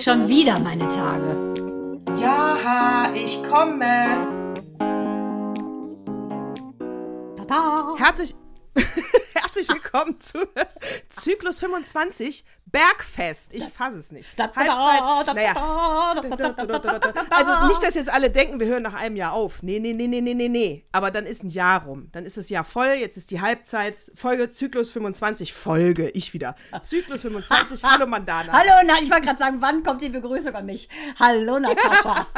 schon wieder meine Tage. Ja, ich komme. Tada. Herzlich willkommen zu Zyklus 25 Bergfest. Ich fasse es nicht. Halbzeit. Also nicht, dass jetzt alle denken, wir hören nach einem Jahr auf. Nee. Aber dann ist ein Jahr rum. Dann ist das Jahr voll. Jetzt ist die Halbzeit. Folge Zyklus 25. Folge. Ich wieder. Zyklus 25. Hallo Mandana. Hallo, ich wollte gerade sagen, wann kommt die Begrüßung an mich? Hallo Natascha.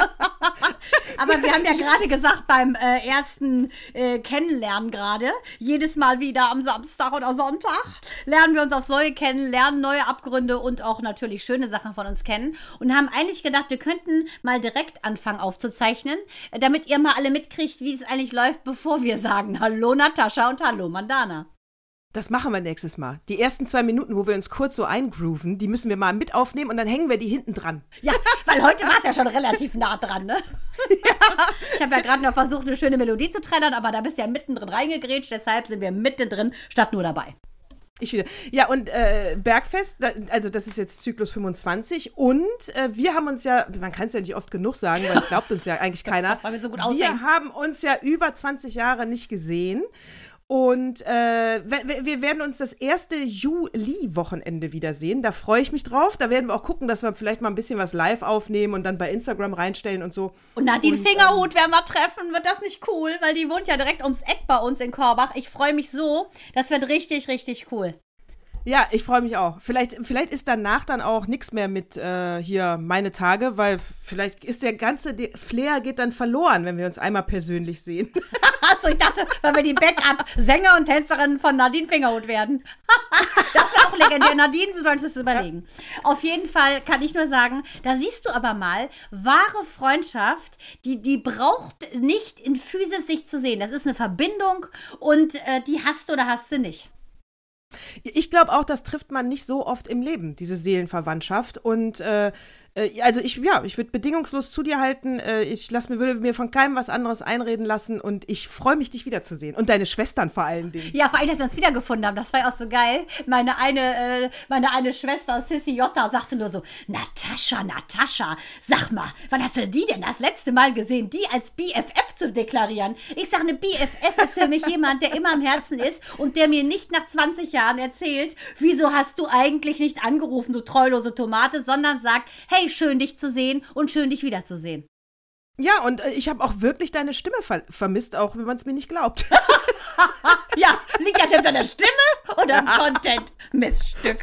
Aber wir haben ja gerade gesagt, beim ersten Kennenlernen gerade, jedes Mal wieder am Samstag oder Sonntag, lernen wir uns aufs Neue kennen, lernen neue Abgründe und auch natürlich schöne Sachen von uns kennen und haben eigentlich gedacht, wir könnten mal direkt anfangen aufzuzeichnen, damit ihr mal alle mitkriegt, wie es eigentlich läuft, bevor wir sagen, hallo Natascha und hallo Mandana. Das machen wir nächstes Mal. Die ersten 2 Minuten, wo wir uns kurz so eingrooven, die müssen wir mal mit aufnehmen und dann hängen wir die hinten dran. Ja, weil heute war es ja schon relativ nah dran, ne? Ja. Ich habe ja gerade noch versucht, eine schöne Melodie zu trällern, aber da bist du ja mittendrin reingegrätscht, deshalb sind wir mittendrin, statt nur dabei. Ich wieder. Ja, und Bergfest, also das ist jetzt Zyklus 25 und wir haben uns ja, man kann es ja nicht oft genug sagen, weil es glaubt uns ja eigentlich keiner. Weil wir so gut aussehen. Wir haben uns ja über 20 Jahre nicht gesehen. Und wir werden uns das erste Juli-Wochenende wiedersehen. Da freue ich mich drauf. Da werden wir auch gucken, dass wir vielleicht mal ein bisschen was live aufnehmen und dann bei Instagram reinstellen und so. Und Nadine Fingerhut werden wir treffen. Wird das nicht cool? Weil die wohnt ja direkt ums Eck bei uns in Korbach. Ich freue mich so. Das wird richtig, richtig cool. Ja, ich freue mich auch. Vielleicht ist danach dann auch nichts mehr mit hier meine Tage, weil vielleicht ist der ganze Flair geht dann verloren, wenn wir uns einmal persönlich sehen. Achso, ich dachte, weil wir die Backup-Sänger und Tänzerinnen von Nadine Fingerhut werden. Das wäre auch legendär. Nadine, du solltest es überlegen. Ja. Auf jeden Fall kann ich nur sagen, da siehst du aber mal, wahre Freundschaft, die braucht nicht in Physis sich zu sehen. Das ist eine Verbindung und die hast du oder hast du nicht. Ich glaube auch, das trifft man nicht so oft im Leben, diese Seelenverwandtschaft. Und also ich würde bedingungslos zu dir halten. Ich würde mir von keinem was anderes einreden lassen und ich freue mich, dich wiederzusehen. Und deine Schwestern vor allen Dingen. Ja, vor allem, dass wir uns wiedergefunden haben. Das war ja auch so geil. Meine eine Schwester, Sissy Jotta, sagte nur so, Natascha, sag mal, wann hast du die denn das letzte Mal gesehen, die als BFF zu deklarieren? Ich sage, eine BFF ist für mich jemand, der immer am Herzen ist und der mir nicht nach 20 Jahren erzählt, wieso hast du eigentlich nicht angerufen, du treulose Tomate, sondern sagt, hey, schön dich zu sehen und schön dich wiederzusehen. Ja, und ich habe auch wirklich deine Stimme vermisst, auch wenn man es mir nicht glaubt. Ja, liegt das jetzt an der Stimme oder am Content? Miststück.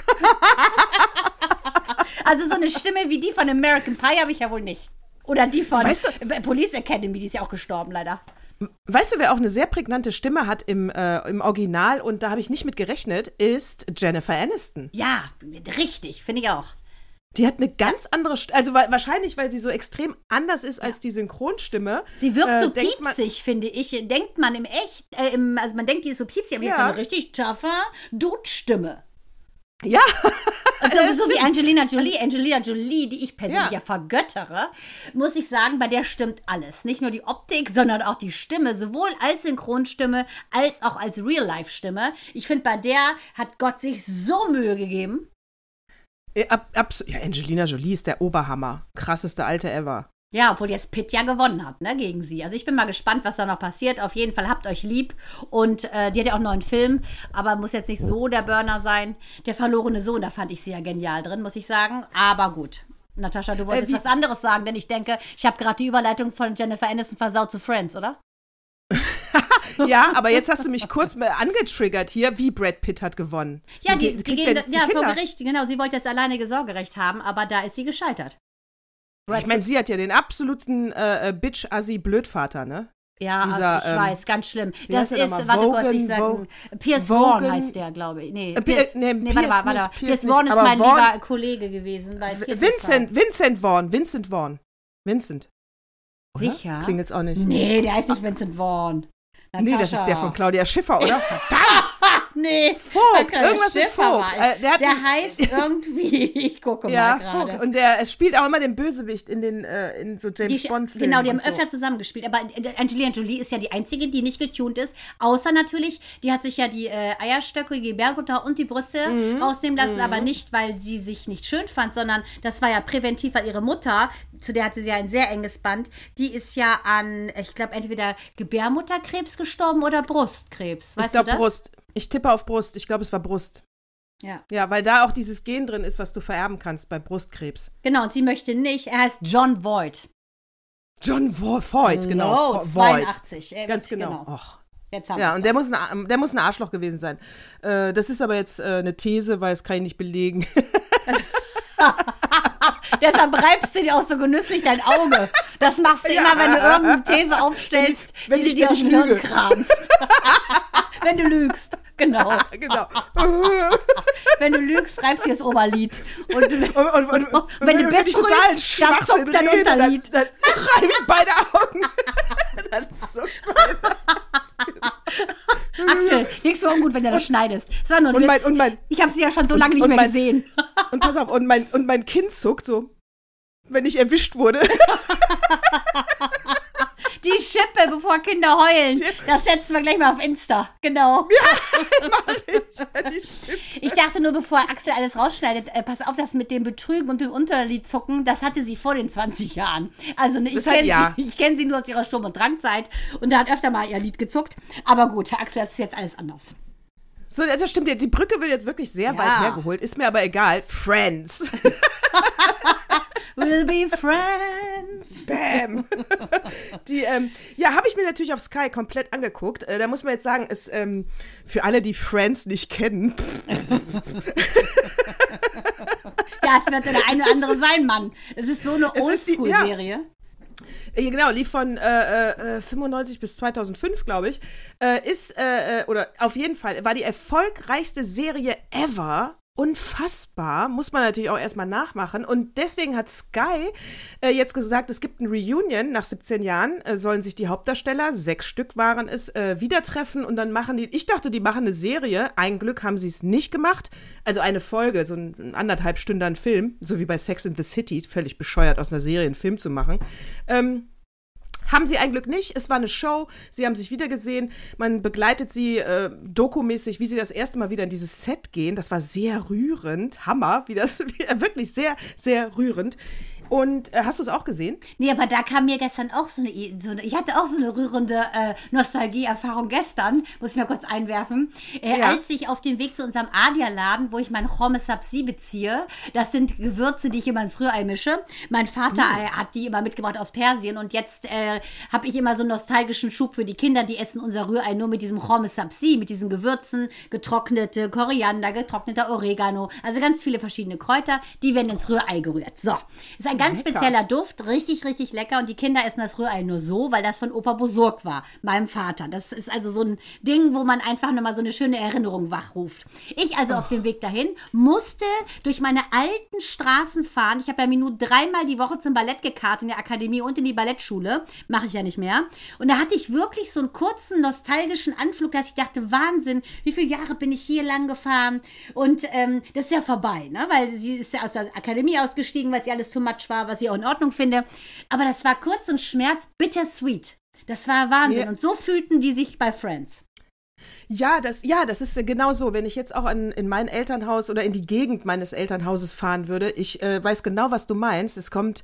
Also so eine Stimme wie die von American Pie habe ich ja wohl nicht. Oder die von Police Academy, die ist ja auch gestorben leider. Weißt du, wer auch eine sehr prägnante Stimme hat im Original und da habe ich nicht mit gerechnet, ist Jennifer Aniston. Ja, richtig, finde ich auch. Die hat eine ganz andere Stimme, also wahrscheinlich, weil sie so extrem anders ist als die Synchronstimme. Sie wirkt so piepsig, finde ich. Denkt man also man denkt, die ist so piepsig, aber jetzt so eine richtig taffe Dude-Stimme. Ja. Also so wie Angelina Jolie, die ich persönlich ja vergöttere, muss ich sagen, bei der stimmt alles. Nicht nur die Optik, sondern auch die Stimme, sowohl als Synchronstimme als auch als Real-Life-Stimme. Ich finde, bei der hat Gott sich so Mühe gegeben. Ja, Angelina Jolie ist der Oberhammer. Krasseste Alte ever. Ja, obwohl jetzt Pitt ja gewonnen hat, ne, gegen sie. Also ich bin mal gespannt, was da noch passiert. Auf jeden Fall habt euch lieb. Und die hat ja auch einen neuen Film, aber muss jetzt nicht so der Burner sein. Der verlorene Sohn, da fand ich sie ja genial drin, muss ich sagen. Aber gut. Natascha, du wolltest was anderes sagen, denn ich denke, ich habe gerade die Überleitung von Jennifer Aniston versaut zu Friends, oder? Ja, aber jetzt hast du mich kurz mal angetriggert hier, wie Brad Pitt hat gewonnen. Ja, die gehen vor Gericht, genau. Sie wollte das alleinige Sorgerecht haben, aber da ist sie gescheitert. Ich meine, sie hat ja den absoluten Bitch-Assi-Blödvater, ne? Ja, ich weiß, ganz schlimm. Das ist, warte kurz, ich sage, Piers Vaughn heißt der, glaube ich. Nee, warte. Piers Vaughn ist mein lieber Kollege gewesen. Vincent Vaughn. Vincent. Oder? Sicher? Klingelt's auch nicht. Nee, der heißt nicht Vincent Vaughn. Natascha. Nee, das ist der von Claudia Schiffer, oder? Verdammt! Nee, Vogt, irgendwas mit Vogt. Der heißt irgendwie, ich gucke mal gerade. Vogt. Und es spielt auch immer den Bösewicht in so James Bond-Filmen. Genau, die haben öfter zusammengespielt. Aber Angelina Jolie ist ja die Einzige, die nicht getuned ist. Außer natürlich, die hat sich ja die Eierstöcke, die Gebärmutter und die Brüste rausnehmen lassen. Aber nicht, weil sie sich nicht schön fand, sondern das war ja präventiv, weil ihre Mutter, zu der hatte sie ja ein sehr enges Band, die ist ja an, ich glaube, entweder Gebärmutterkrebs gestorben oder Brustkrebs. Weißt du das? Ich glaube Brust. Ich tippe auf Brust. Ich glaube, es war Brust. Ja. Ja, weil da auch dieses Gen drin ist, was du vererben kannst bei Brustkrebs. Genau, und sie möchte nicht. Er heißt John Voight. John Voight, genau. No, 82. Ganz genau. Och. Jetzt haben ja, und der muss ein Arschloch gewesen sein. Das ist aber jetzt eine These, weil das kann ich nicht belegen. Deshalb reibst du dir auch so genüsslich dein Auge. Das machst du immer, wenn du irgendeine These aufstellst, die du dir aus dem Hirn kramst. Wenn du lügst. Genau. Wenn du lügst, reibst du das Oberlid. Und wenn du Bett trügst, dann zuckt dein Unterlid. Dann reibe ich beide Augen. Dann zuckt Axel, nichts so ungut, wenn du das schneidest. Das war nur ein Witz. Ich habe sie ja schon so lange nicht mehr gesehen. Und pass auf, und mein Kinn zuckt so, wenn ich erwischt wurde. Die Schippe, bevor Kinder heulen, das setzen wir gleich mal auf Insta. Genau. Ja, mach ich. Ich dachte nur, bevor Axel alles rausschneidet, pass auf, das mit dem Betrügen und dem Unterlidzucken, das hatte sie vor den 20 Jahren. Also ich kenne sie nur aus ihrer Sturm- und Drangzeit und da hat öfter mal ihr Lied gezuckt. Aber gut, Axel, das ist jetzt alles anders. So, das stimmt. Die Brücke wird jetzt wirklich sehr weit hergeholt. Ist mir aber egal. Friends. We'll be friends. Bam. Habe ich mir natürlich auf Sky komplett angeguckt. Da muss man jetzt sagen, ist für alle, die Friends nicht kennen. Ja, es wird der eine oder andere sein, Mann. Es ist so eine Oldschool-Serie. Ja, genau, lief von 95 bis 2005, glaube ich. Oder auf jeden Fall, war die erfolgreichste Serie ever. Unfassbar, muss man natürlich auch erstmal nachmachen. Und deswegen hat Sky jetzt gesagt, es gibt ein Reunion. Nach 17 Jahren sollen sich die Hauptdarsteller, 6 Stück waren es, wieder treffen. Und dann ich dachte, die machen eine Serie. Ein Glück haben sie es nicht gemacht. Also eine Folge, so ein 1,5 Stunden Film. So wie bei Sex and the City. Völlig bescheuert, aus einer Serie einen Film zu machen. Haben sie ein Glück nicht. Es war eine Show. Sie haben sich wieder gesehen. Man begleitet sie dokumäßig, wie sie das erste Mal wieder in dieses Set gehen. Das war sehr rührend. Hammer. Wirklich sehr, sehr rührend. Und hast du es auch gesehen? Nee, aber da kam mir gestern auch ich hatte auch so eine rührende Nostalgie-Erfahrung gestern, muss ich mal kurz einwerfen, als ich auf dem Weg zu unserem Adia-Laden, wo ich mein Chome Sapsi beziehe, das sind Gewürze, die ich immer ins Rührei mische. Mein Vater hat die immer mitgebracht aus Persien und jetzt habe ich immer so einen nostalgischen Schub für die Kinder, die essen unser Rührei nur mit diesem Chome Sapsi, mit diesen Gewürzen, getrocknete Koriander, getrockneter Oregano, also ganz viele verschiedene Kräuter, die werden ins Rührei gerührt. So, ist ein ganz spezieller Duft, richtig, richtig lecker. Und die Kinder essen das Rührei nur so, weil das von Opa Bosurg war, meinem Vater. Das ist also so ein Ding, wo man einfach nochmal so eine schöne Erinnerung wachruft. Ich also auf dem Weg dahin musste durch meine alten Straßen fahren. Ich habe ja mir nur 3-mal die Woche zum Ballett gekartet in der Akademie und in die Ballettschule. Mache ich ja nicht mehr. Und da hatte ich wirklich so einen kurzen nostalgischen Anflug, dass ich dachte, Wahnsinn, wie viele Jahre bin ich hier lang gefahren? Und das ist ja vorbei, ne? Weil sie ist ja aus der Akademie ausgestiegen, weil sie alles too much war, was ich auch in Ordnung finde. Aber das war kurz und Schmerz, bittersweet. Das war Wahnsinn. Ja. Und so fühlten die sich bei Friends. Ja, das ist genau so. Wenn ich jetzt auch in mein Elternhaus oder in die Gegend meines Elternhauses fahren würde, ich weiß genau, was du meinst.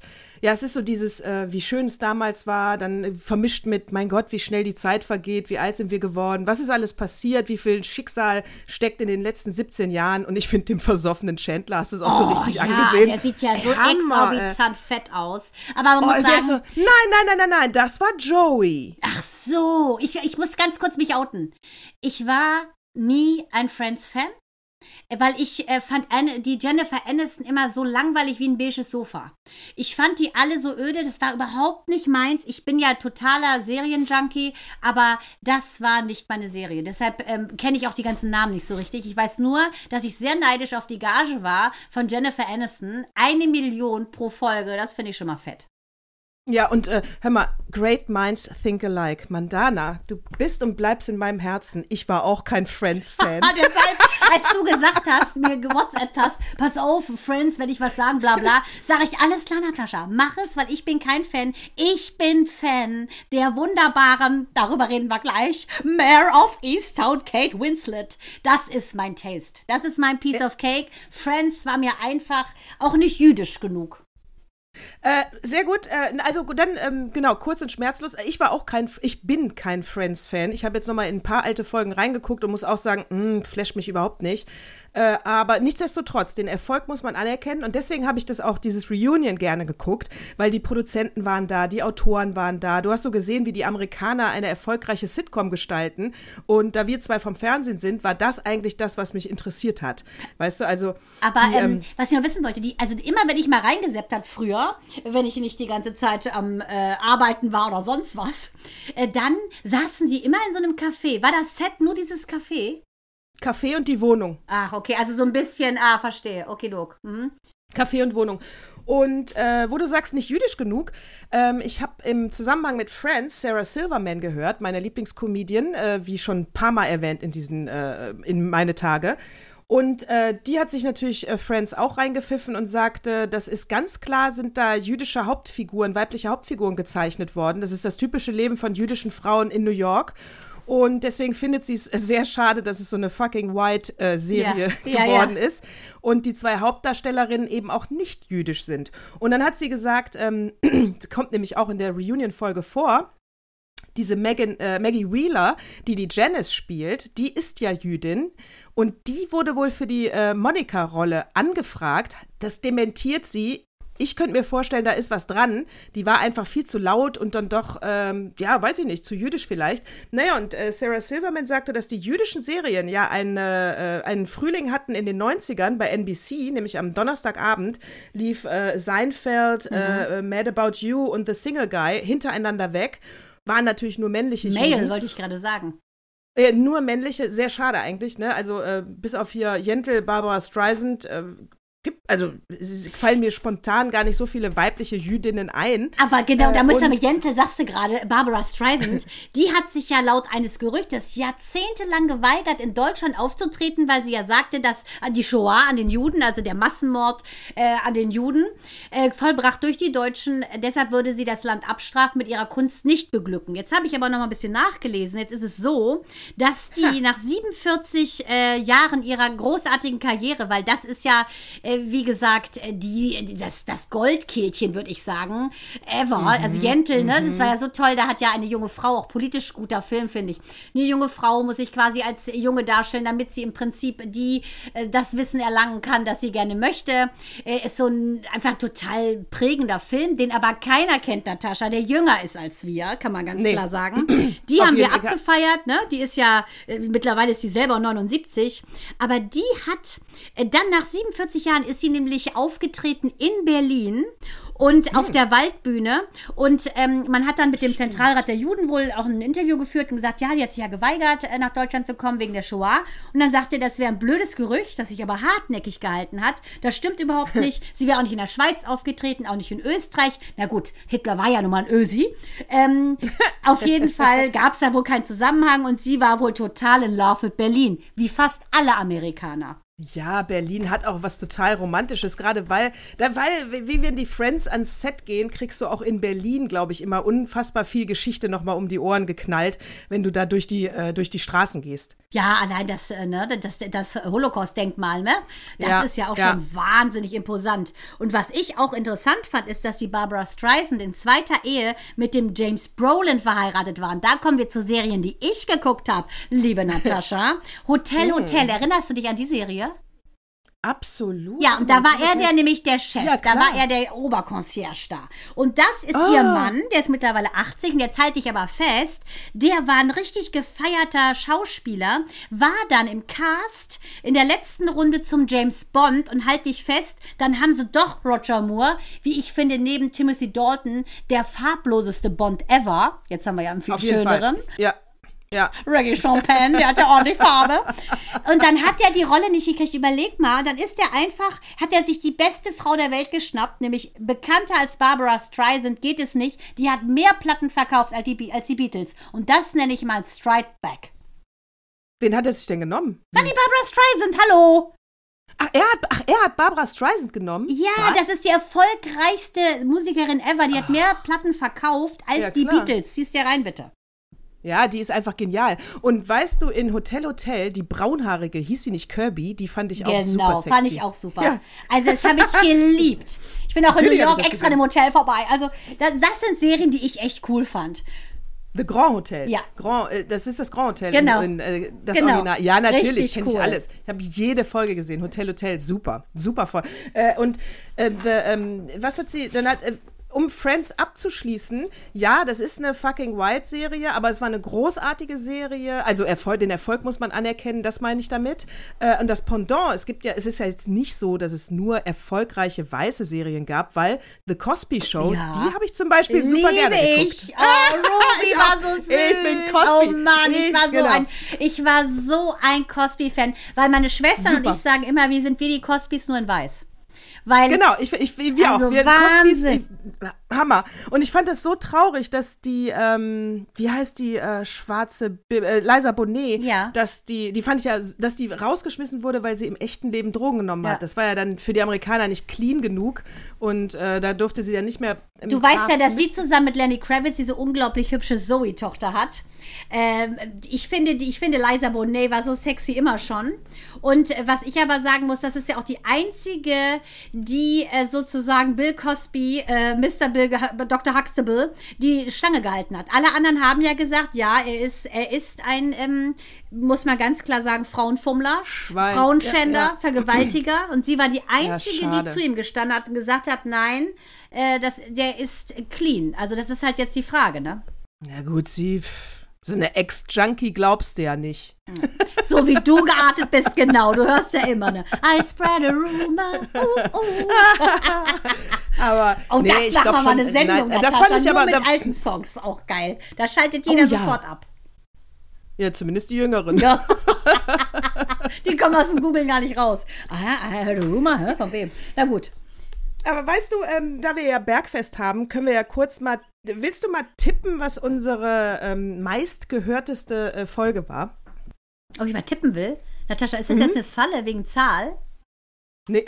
Es ist so dieses, wie schön es damals war, dann vermischt mit, mein Gott, wie schnell die Zeit vergeht, wie alt sind wir geworden, was ist alles passiert, wie viel Schicksal steckt in den letzten 17 Jahren. Und ich finde, dem versoffenen Chandler hast du es auch so richtig angesehen. Der sieht ja so exorbitant fett aus. Aber man muss sagen... Nein, das war Joey. Ach so, ich muss ganz kurz mich outen. Ich war nie ein Friends-Fan, weil ich fand die Jennifer Aniston immer so langweilig wie ein beiges Sofa. Ich fand die alle so öde, das war überhaupt nicht meins. Ich bin ja totaler Serienjunkie, aber das war nicht meine Serie. Deshalb kenne ich auch die ganzen Namen nicht so richtig. Ich weiß nur, dass ich sehr neidisch auf die Gage war von Jennifer Aniston. 1 Million pro Folge, das finde ich schon mal fett. Ja, und hör mal, great minds think alike. Mandana, du bist und bleibst in meinem Herzen. Ich war auch kein Friends-Fan. Deshalb, als du gesagt hast, mir gewhatsappt hast, pass auf, Friends, wenn ich was sagen, bla bla, sage ich, alles klar, Natascha, mach es, weil ich bin kein Fan. Ich bin Fan der wunderbaren, darüber reden wir gleich, Mare of Easttown, Kate Winslet. Das ist mein Taste. Das ist mein Piece of Cake. Friends war mir einfach auch nicht jüdisch genug. Sehr gut. Also dann, genau, kurz und schmerzlos. Ich bin kein Friends-Fan. Ich habe jetzt nochmal in ein paar alte Folgen reingeguckt und muss auch sagen, flasht mich überhaupt nicht. Aber nichtsdestotrotz, den Erfolg muss man anerkennen und deswegen habe ich dieses Reunion gerne geguckt, weil die Produzenten waren da, die Autoren waren da. Du hast so gesehen, wie die Amerikaner eine erfolgreiche Sitcom gestalten und da wir zwei vom Fernsehen sind, war das eigentlich das, was mich interessiert hat. Weißt du, also aber was ich mal wissen wollte, also immer wenn ich mal reingesappt habe früher, wenn ich nicht die ganze Zeit am Arbeiten war oder sonst was, dann saßen die immer in so einem Café. War das Set nur dieses Café? Café und die Wohnung. Ach, okay, also so ein bisschen, verstehe. Okay, Doc. Mhm. Café und Wohnung. Und wo du sagst, nicht jüdisch genug, ich habe im Zusammenhang mit Friends Sarah Silverman gehört, meine Lieblingscomedian, wie schon ein paar Mal erwähnt in meine Tage. Und die hat sich natürlich Friends auch reingepfiffen und sagte, das ist ganz klar, sind da jüdische Hauptfiguren, weibliche Hauptfiguren gezeichnet worden. Das ist das typische Leben von jüdischen Frauen in New York. Und deswegen findet sie es sehr schade, dass es so eine fucking White-Serie geworden ist. Und die zwei Hauptdarstellerinnen eben auch nicht jüdisch sind. Und dann hat sie gesagt, kommt nämlich auch in der Reunion-Folge vor, diese Maggie Wheeler, die Janice spielt, die ist ja Jüdin. Und die wurde wohl für die Monica-Rolle angefragt. Das dementiert sie. Ich könnte mir vorstellen, da ist was dran. Die war einfach viel zu laut und dann doch, weiß ich nicht, zu jüdisch vielleicht. Naja, und Sarah Silverman sagte, dass die jüdischen Serien ja einen Frühling hatten in den 90ern bei NBC, nämlich am Donnerstagabend lief Seinfeld, Mad About You und The Single Guy hintereinander weg. Waren natürlich nur männliche Juden. Wollte ich gerade sagen. Nur männliche, sehr schade eigentlich, ne? Also bis auf hier Yentl, Barbara Streisand, es fallen mir spontan gar nicht so viele weibliche Jüdinnen ein. Aber genau, da muss man mit Yentl, sagst du gerade, Barbara Streisand, die hat sich ja laut eines Gerüchtes jahrzehntelang geweigert, in Deutschland aufzutreten, weil sie ja sagte, dass die Shoah an den Juden, also der Massenmord an den Juden, vollbracht durch die Deutschen, deshalb würde sie das Land abstrafen, mit ihrer Kunst nicht beglücken. Jetzt habe ich aber noch mal ein bisschen nachgelesen. Jetzt ist es so, dass die nach 47 Jahren ihrer großartigen Karriere, weil das ist ja wie gesagt, das Goldkehlchen, würde ich sagen, ever. Also Yentl, ne, das war ja so toll, da hat ja eine junge Frau, auch politisch guter Film, finde ich. Eine junge Frau muss sich quasi als Junge darstellen, damit sie im Prinzip das Wissen erlangen kann, das sie gerne möchte. Ist so ein einfach total prägender Film, den aber keiner kennt, Natascha, der jünger ist als wir, kann man ganz klar sagen. Die haben wir abgefeiert, ne? Die ist ja, mittlerweile ist sie selber 79, aber die hat dann nach 47 Jahren ist sie nämlich aufgetreten in Berlin und auf der Waldbühne und man hat dann mit dem Zentralrat der Juden wohl auch ein Interview geführt und gesagt, ja, die hat sich ja geweigert, nach Deutschland zu kommen wegen der Shoah und dann sagte er, das wäre ein blödes Gerücht, das sich aber hartnäckig gehalten hat. Das stimmt überhaupt nicht. Sie wäre auch nicht in der Schweiz aufgetreten, auch nicht in Österreich. Na gut, Hitler war ja nun mal ein Ösi. Auf jeden Fall gab es da wohl keinen Zusammenhang und sie war wohl total in Love mit Berlin, wie fast alle Amerikaner. Ja, Berlin hat auch was total Romantisches, gerade weil, wie wir in die Friends ans Set gehen, kriegst du auch in Berlin, glaube ich, immer unfassbar viel Geschichte nochmal um die Ohren geknallt, wenn du da durch die Straßen gehst. Ja, allein das Holocaust-Denkmal, ne? Das ist ja auch schon wahnsinnig imposant. Und was ich auch interessant fand, ist, dass die Barbara Streisand in zweiter Ehe mit dem James Brolin verheiratet waren. Da kommen wir zu Serien, die ich geguckt habe, liebe Natascha. Hotel, erinnerst du dich an die Serie? Absolut. Ja, und da war er nämlich der Chef, da war er der Oberconcierge da. Und das ist ihr Mann, der ist mittlerweile 80 und jetzt halte ich aber fest, der war ein richtig gefeierter Schauspieler, war dann im Cast in der letzten Runde zum James Bond und halte ich fest, dann haben sie doch Roger Moore, wie ich finde, neben Timothy Dalton, der farbloseste Bond ever. Jetzt haben wir ja einen viel schöneren. Ja. Ja. Reggae Champagne, der hat ja ordentlich Farbe. Und dann hat er die Rolle nicht gekriegt. Überleg mal, dann ist er einfach, hat er sich die beste Frau der Welt geschnappt, nämlich bekannter als Barbara Streisand geht es nicht. Die hat mehr Platten verkauft als die Beatles. Und das nenne ich mal Strike Back. Wen hat er sich denn genommen? Dann die Barbara Streisand, hallo! Er hat Barbara Streisand genommen? Ja, Was? das ist die erfolgreichste Musikerin ever. Die hat mehr Platten verkauft als die Beatles. Zieh's dir rein, bitte. Ja, die ist einfach genial. Und weißt du, in Hotel Hotel, die braunhaarige, hieß sie nicht Kirby, die fand ich auch super sexy. Genau, fand ich auch super. Ja. Also das habe ich geliebt. Ich bin auch in New Natürlich hab ich York das extra in einem Hotel vorbei. Also das sind Serien, die ich echt cool fand. The Grand Hotel. Ja. Das ist das Grand Hotel. Genau. Das Genau. Original. Ja, natürlich, Richtig kenne ich cool. alles. Ich habe jede Folge gesehen. Hotel Hotel, super. Super voll. Was hat sie, dann hat, um Friends abzuschließen, ja, das ist eine fucking Wild-Serie, aber es war eine großartige Serie. Also den Erfolg muss man anerkennen, das meine ich damit. Und das Pendant, es ist ja jetzt nicht so, dass es nur erfolgreiche weiße Serien gab, weil The Cosby Show, Ja. die habe ich zum Beispiel super gerne geguckt. Ich. Oh, Ruby war so süß. Ich bin Cosby. Oh Mann, Genau. ich war so ein Cosby-Fan, weil meine Schwestern und Super. ich sagen immer, wir sind wie die Cosbys, nur in weiß. Weil Genau, wir Also auch. Wir Wahnsinn. Cosbys, Hammer. Und ich fand es so traurig, dass die, wie heißt die schwarze, Liza Bonet, Ja. dass die fand ich ja, dass die rausgeschmissen wurde, weil sie im echten Leben Drogen genommen Ja. hat. Das war ja dann für die Amerikaner nicht clean genug und da durfte sie ja nicht mehr im du weißt ja, Cast dass sie zusammen mit Lenny Kravitz diese unglaublich hübsche Zoe-Tochter hat. Ich finde, Liza Bonet war so sexy immer schon. Und was ich aber sagen muss, das ist ja auch die einzige, die sozusagen Bill Cosby, Dr. Huxtable, die Stange gehalten hat. Alle anderen haben ja gesagt, ja, er ist ein, muss man ganz klar sagen, Frauenfummler, Schwein. Frauenschänder, Ja. Vergewaltiger. Und sie war die einzige, die schade. zu ihm gestanden hat und gesagt hat, nein, der ist clean. Also das ist halt jetzt die Frage, ne? Na gut, so eine Ex-Junkie glaubst du ja nicht. So wie du geartet bist, genau. Du hörst ja immer, ne? I spread a rumor. Aber Und nee, das machen wir mal eine Sendung, das Natascha, fand ich nur aber mit alten Songs. Auch geil. Da schaltet jeder ja. sofort ab. ja, zumindest die Jüngeren. Ja. Die kommen aus dem Google gar nicht raus. I heard a rumor, hä? Von wem? Na gut. Aber weißt du, da wir ja Bergfest haben, können wir ja kurz mal, willst du mal tippen, was unsere meistgehörteste Folge war? Ob ich mal tippen will? Natascha, ist das jetzt eine Falle wegen Zahl? Nee.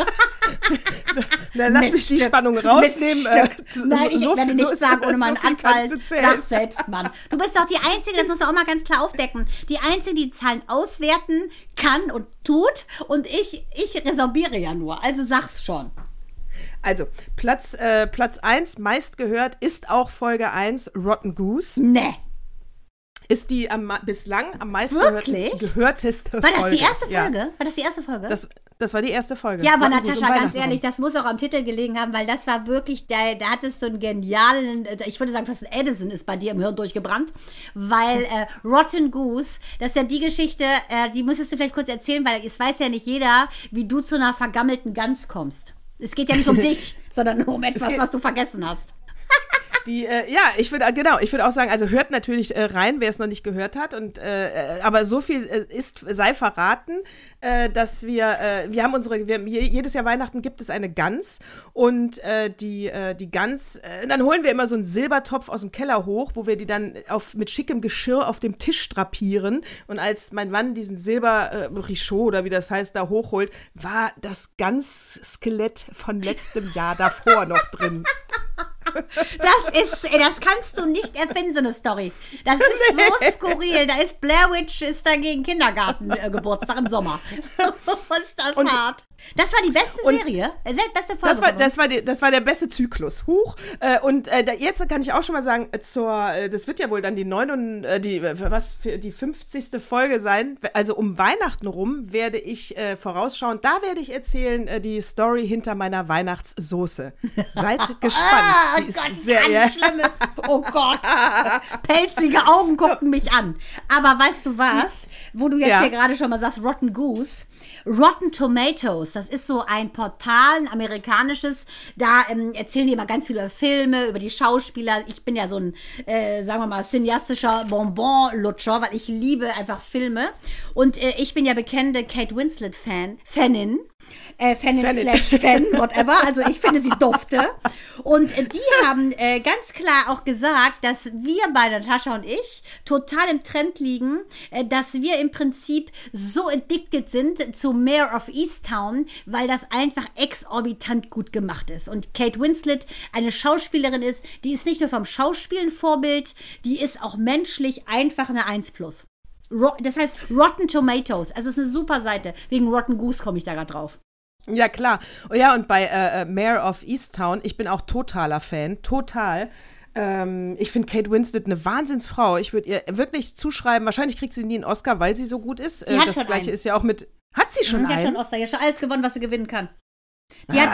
Na, lass mich die Spannung rausnehmen. Nein, ich werde nicht sagen, ohne meinen so viel Anwalt. kannst du zählen. Sag selbst, Mann. Du bist doch die Einzige, das musst du auch mal ganz klar aufdecken, die Einzige, die Zahlen auswerten kann und tut. Und ich resorbiere ja nur. Also sag's schon. Also, Platz 1, meistgehört, ist auch Folge 1, Rotten Goose. Ne. Ist die bislang am meisten Wirklich? gehörteste Folge. War das die erste Ja. Folge? War das die erste Folge? Das war die erste Folge. Ja, aber Rotten Goose Natascha, um ganz Weihnachten ehrlich, das muss auch am Titel gelegen haben, weil das war wirklich, da hattest du einen genialen, ich würde sagen, fast ein Edison ist bei dir im Hirn durchgebrannt, weil Rotten Goose, das ist ja die Geschichte, die müsstest du vielleicht kurz erzählen, weil es weiß ja nicht jeder, wie du zu einer vergammelten Gans kommst. Es geht ja nicht um dich, sondern nur um etwas, was du vergessen hast. Ich würde auch sagen, also hört natürlich rein, wer es noch nicht gehört hat. Aber so viel sei verraten, dass wir jedes Jahr Weihnachten gibt es eine Gans und die Gans, dann holen wir immer so einen Silbertopf aus dem Keller hoch, wo wir die dann mit schickem Geschirr auf dem Tisch drapieren. Und als mein Mann diesen Silber-Richot oder wie das heißt, da hochholt, war das Gans-Skelett von letztem Jahr davor noch drin. Das kannst du nicht erfinden, so eine Story. Das ist so skurril. Da ist Blair Witch gegen Kindergarten-Geburtstag im Sommer. Ist das hart. Das war die beste Serie. Beste Folge. Das war der beste Zyklus. Jetzt kann ich auch schon mal sagen, das wird ja wohl dann die 50. Folge sein. Also um Weihnachten rum werde ich vorausschauen. Da werde ich erzählen die Story hinter meiner Weihnachtssoße. Seid gespannt. Die ist Gott, sehr ganz Schlimmes. Oh Gott. Pelzige Augen gucken mich an. Aber weißt du was? Wo du jetzt hier gerade schon mal sagst, Rotten Goose. Rotten Tomatoes Tomatoes. Das ist so ein Portal, ein amerikanisches. Da erzählen die immer ganz viel über Filme, über die Schauspieler. Ich bin ja so ein, sagen wir mal, cineastischer Bonbon-Lutscher, weil ich liebe einfach Filme. Und ich bin ja bekannte Kate Winslet-Fanin. Fan, whatever. Also ich finde sie dufte. Und die haben ganz klar auch gesagt, dass wir beide, Natascha und ich, total im Trend liegen, dass wir im Prinzip so addicted sind zu Mayor of Easttown, weil das einfach exorbitant gut gemacht ist. Und Kate Winslet eine Schauspielerin ist, die ist nicht nur vom Schauspielen Vorbild, die ist auch menschlich einfach eine 1+. Das heißt Rotten Tomatoes. Also es ist eine super Seite. Wegen Rotten Goose komme ich da gerade drauf. Ja, klar. Oh ja, und bei Mayor of Easttown, ich bin auch totaler Fan, total. Ich finde Kate Winslet eine Wahnsinnsfrau. Ich würde ihr wirklich zuschreiben, wahrscheinlich kriegt sie nie einen Oscar, weil sie so gut ist. Das Gleiche ist ja auch mit, hat sie schon einen? Die hat schon einen Oscar, die hat schon alles gewonnen, was sie gewinnen kann. Die hat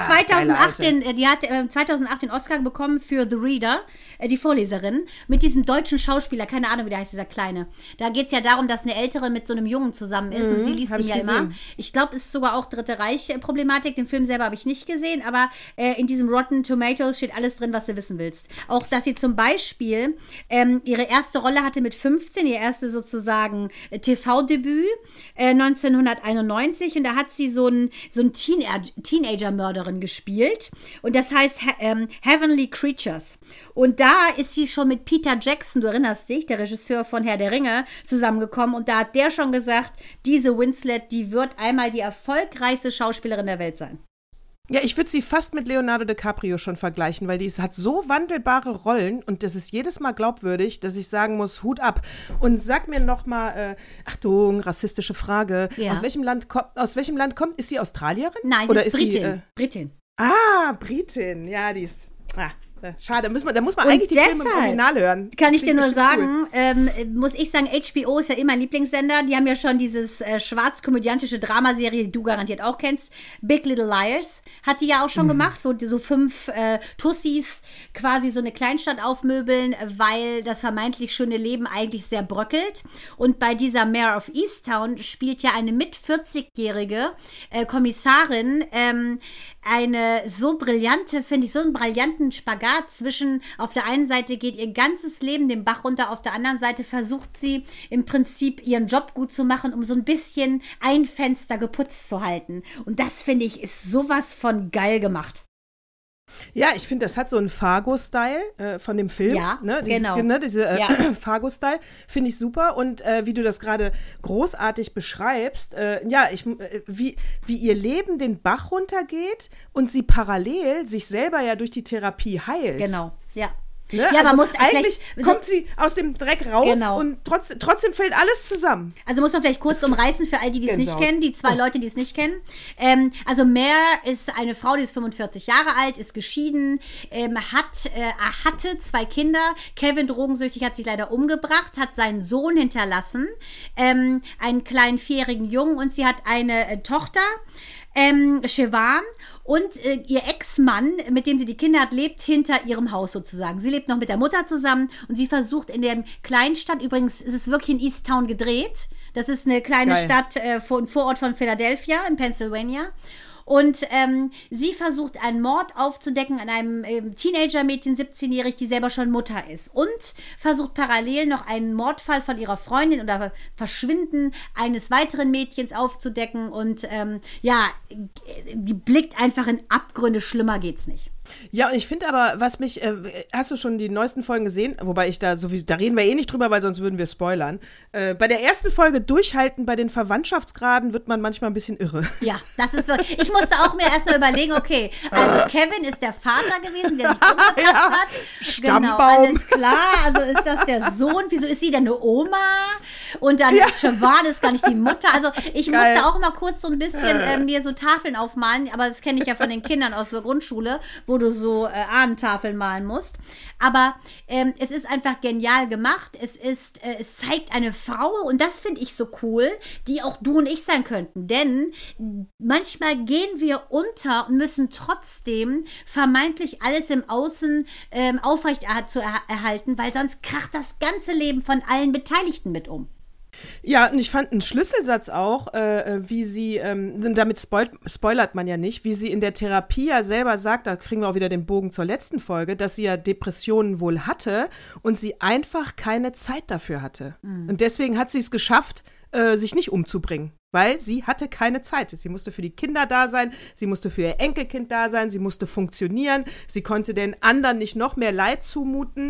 2008 den Oscar bekommen für The Reader, die Vorleserin, mit diesem deutschen Schauspieler, keine Ahnung, wie der heißt, dieser Kleine. Da geht es ja darum, dass eine Ältere mit so einem Jungen zusammen ist und sie liest ihn ja immer. Ich glaube, es ist sogar auch Dritte Reich-Problematik. Den Film selber habe ich nicht gesehen, aber in diesem Rotten Tomatoes steht alles drin, was du wissen willst. Auch, dass sie zum Beispiel ihre erste Rolle hatte mit 15, ihr erste sozusagen TV-Debüt 1991 und da hat sie so ein Teenager-Mörderin gespielt und das heißt Heavenly Creatures. Und da ist sie schon mit Peter Jackson, du erinnerst dich, der Regisseur von Herr der Ringe, zusammengekommen und da hat der schon gesagt, diese Winslet, die wird einmal die erfolgreichste Schauspielerin der Welt sein. Ja, ich würde sie fast mit Leonardo DiCaprio schon vergleichen, weil die hat so wandelbare Rollen und das ist jedes Mal glaubwürdig, dass ich sagen muss, Hut ab. Und sag mir noch mal, Achtung, rassistische Frage, ja. Aus welchem Land kommt, ist sie Australierin? Nein, oder ist Britin. Britin. Ah, Britin, ja, die ist, schade, da muss man eigentlich die Filme im Original hören. Kann ich dir nur sagen, muss ich sagen, HBO ist ja immer ein Lieblingssender. Die haben ja schon dieses schwarz-komödiantische Dramaserie, die du garantiert auch kennst, Big Little Liars, hat die ja auch schon gemacht, wo die so 5 Tussis quasi so eine Kleinstadt aufmöbeln, weil das vermeintlich schöne Leben eigentlich sehr bröckelt. Und bei dieser Mayor of Easttown spielt ja eine mit 40-jährige Kommissarin eine so brillante, finde ich, so einen brillanten Spagat zwischen, auf der einen Seite geht ihr ganzes Leben den Bach runter, auf der anderen Seite versucht sie im Prinzip ihren Job gut zu machen, um so ein bisschen ein Fenster geputzt zu halten. Und das, finde ich, ist sowas von geil gemacht. Ja, ich finde, das hat so einen Fargo-Style von dem Film. Ja, ne? genau. Diese Fargo-Style finde ich super. Und wie du das gerade großartig beschreibst, wie ihr Leben den Bach runtergeht und sie parallel sich selber ja durch die Therapie heilt. Genau, ja. Ne? Ja, also man muss eigentlich kommt sie aus dem Dreck raus und trotzdem fällt alles zusammen. Also muss man vielleicht kurz umreißen für all die es nicht kennen, die 2 Leute, die es nicht kennen. Also Mare ist eine Frau, die ist 45 Jahre alt, ist geschieden, hatte 2 Kinder. Kevin, drogensüchtig, hat sich leider umgebracht, hat seinen Sohn hinterlassen, einen kleinen 4-jährigen Jungen und sie hat eine Tochter, Siobhan. Und ihr Ex-Mann, mit dem sie die Kinder hat, lebt hinter ihrem Haus sozusagen. Sie lebt noch mit der Mutter zusammen und sie versucht in der Kleinstadt, übrigens ist es wirklich in Easttown gedreht. Das ist eine kleine Stadt, ein Vorort von Philadelphia in Pennsylvania. Und sie versucht, einen Mord aufzudecken an einem Teenager-Mädchen, 17-jährig, die selber schon Mutter ist. Und versucht parallel noch einen Mordfall von ihrer Freundin oder Verschwinden eines weiteren Mädchens aufzudecken. Und die blickt einfach in Abgründe. Schlimmer geht's nicht. Ja, und ich finde aber, was mich, hast du schon die neuesten Folgen gesehen? Wobei da reden wir eh nicht drüber, weil sonst würden wir spoilern. Bei der ersten Folge durchhalten, bei den Verwandtschaftsgraden wird man manchmal ein bisschen irre. Ja, das ist wirklich, ich musste auch mir erstmal überlegen, okay, also Kevin ist der Vater gewesen, der sich umgebracht hat. Stammbaum. Genau, alles klar, also ist das der Sohn, wieso ist sie denn eine Oma? Und dann Siobhan ist gar nicht die Mutter. Also ich musste auch mal kurz so ein bisschen mir so Tafeln aufmalen, aber das kenne ich ja von den Kindern aus der Grundschule, wo du so Ahnentafeln malen musst. Aber es ist einfach genial gemacht. Es zeigt eine Frau, und das finde ich so cool, die auch du und ich sein könnten. Denn manchmal gehen wir unter und müssen trotzdem vermeintlich alles im Außen aufrecht zu erhalten, weil sonst kracht das ganze Leben von allen Beteiligten mit um. Ja, und ich fand einen Schlüsselsatz auch, wie sie, damit spoilert man ja nicht, wie sie in der Therapie ja selber sagt, da kriegen wir auch wieder den Bogen zur letzten Folge, dass sie ja Depressionen wohl hatte und sie einfach keine Zeit dafür hatte. Und deswegen hat sie es geschafft, sich nicht umzubringen, weil sie hatte keine Zeit. Sie musste für die Kinder da sein, sie musste für ihr Enkelkind da sein, sie musste funktionieren, sie konnte den anderen nicht noch mehr Leid zumuten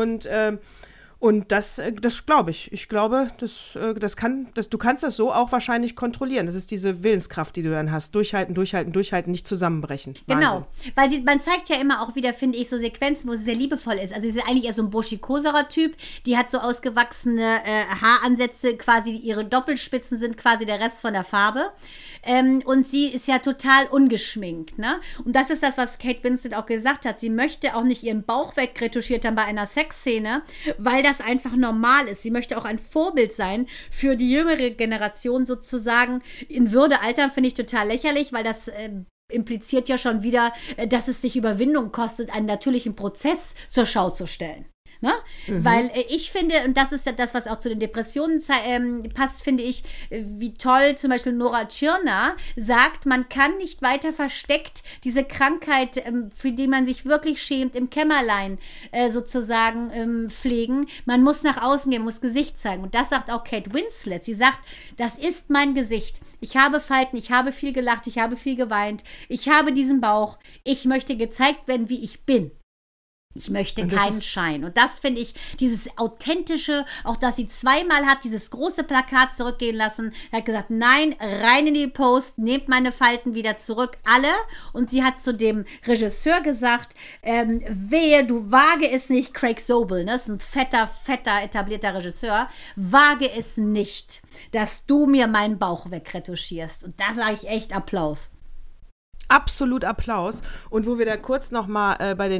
und das glaube ich. Ich glaube, du kannst das so auch wahrscheinlich kontrollieren. Das ist diese Willenskraft, die du dann hast. Durchhalten, nicht zusammenbrechen. Genau, weil man zeigt ja immer auch wieder, finde ich, so Sequenzen, wo sie sehr liebevoll ist. Also sie ist eigentlich eher so ein buschikoserer Typ. Die hat so ausgewachsene Haaransätze, quasi ihre Doppelspitzen sind quasi der Rest von der Farbe. Und sie ist ja total ungeschminkt, ne? Und das ist das, was Kate Winslet auch gesagt hat. Sie möchte auch nicht ihren Bauch wegretuschiert haben bei einer Sexszene, weil das einfach normal ist. Sie möchte auch ein Vorbild sein für die jüngere Generation sozusagen. In Würde altern finde ich total lächerlich, weil das impliziert ja schon wieder, dass es sich Überwindung kostet, einen natürlichen Prozess zur Schau zu stellen. Ne? Weil ich finde, und das ist ja das, was auch zu den Depressionen passt, finde ich, wie toll zum Beispiel Nora Tschirner sagt, man kann nicht weiter versteckt diese Krankheit, für die man sich wirklich schämt, im Kämmerlein sozusagen pflegen. Man muss nach außen gehen, muss Gesicht zeigen. Und das sagt auch Kate Winslet. Sie sagt, das ist mein Gesicht. Ich habe Falten, ich habe viel gelacht, ich habe viel geweint, ich habe diesen Bauch. Ich möchte gezeigt werden, wie ich bin. Ich möchte keinen Schein. Und das finde ich, dieses authentische, auch dass sie zweimal hat dieses große Plakat zurückgehen lassen, hat gesagt, nein, rein in die Post, nehmt meine Falten wieder zurück, alle. Und sie hat zu dem Regisseur gesagt, wehe, du wage es nicht, Craig Sobel, ne, das ist ein fetter, etablierter Regisseur, wage es nicht, dass du mir meinen Bauch wegretuschierst. Und da sage ich echt Applaus. Absolut Applaus. Und wo wir da kurz nochmal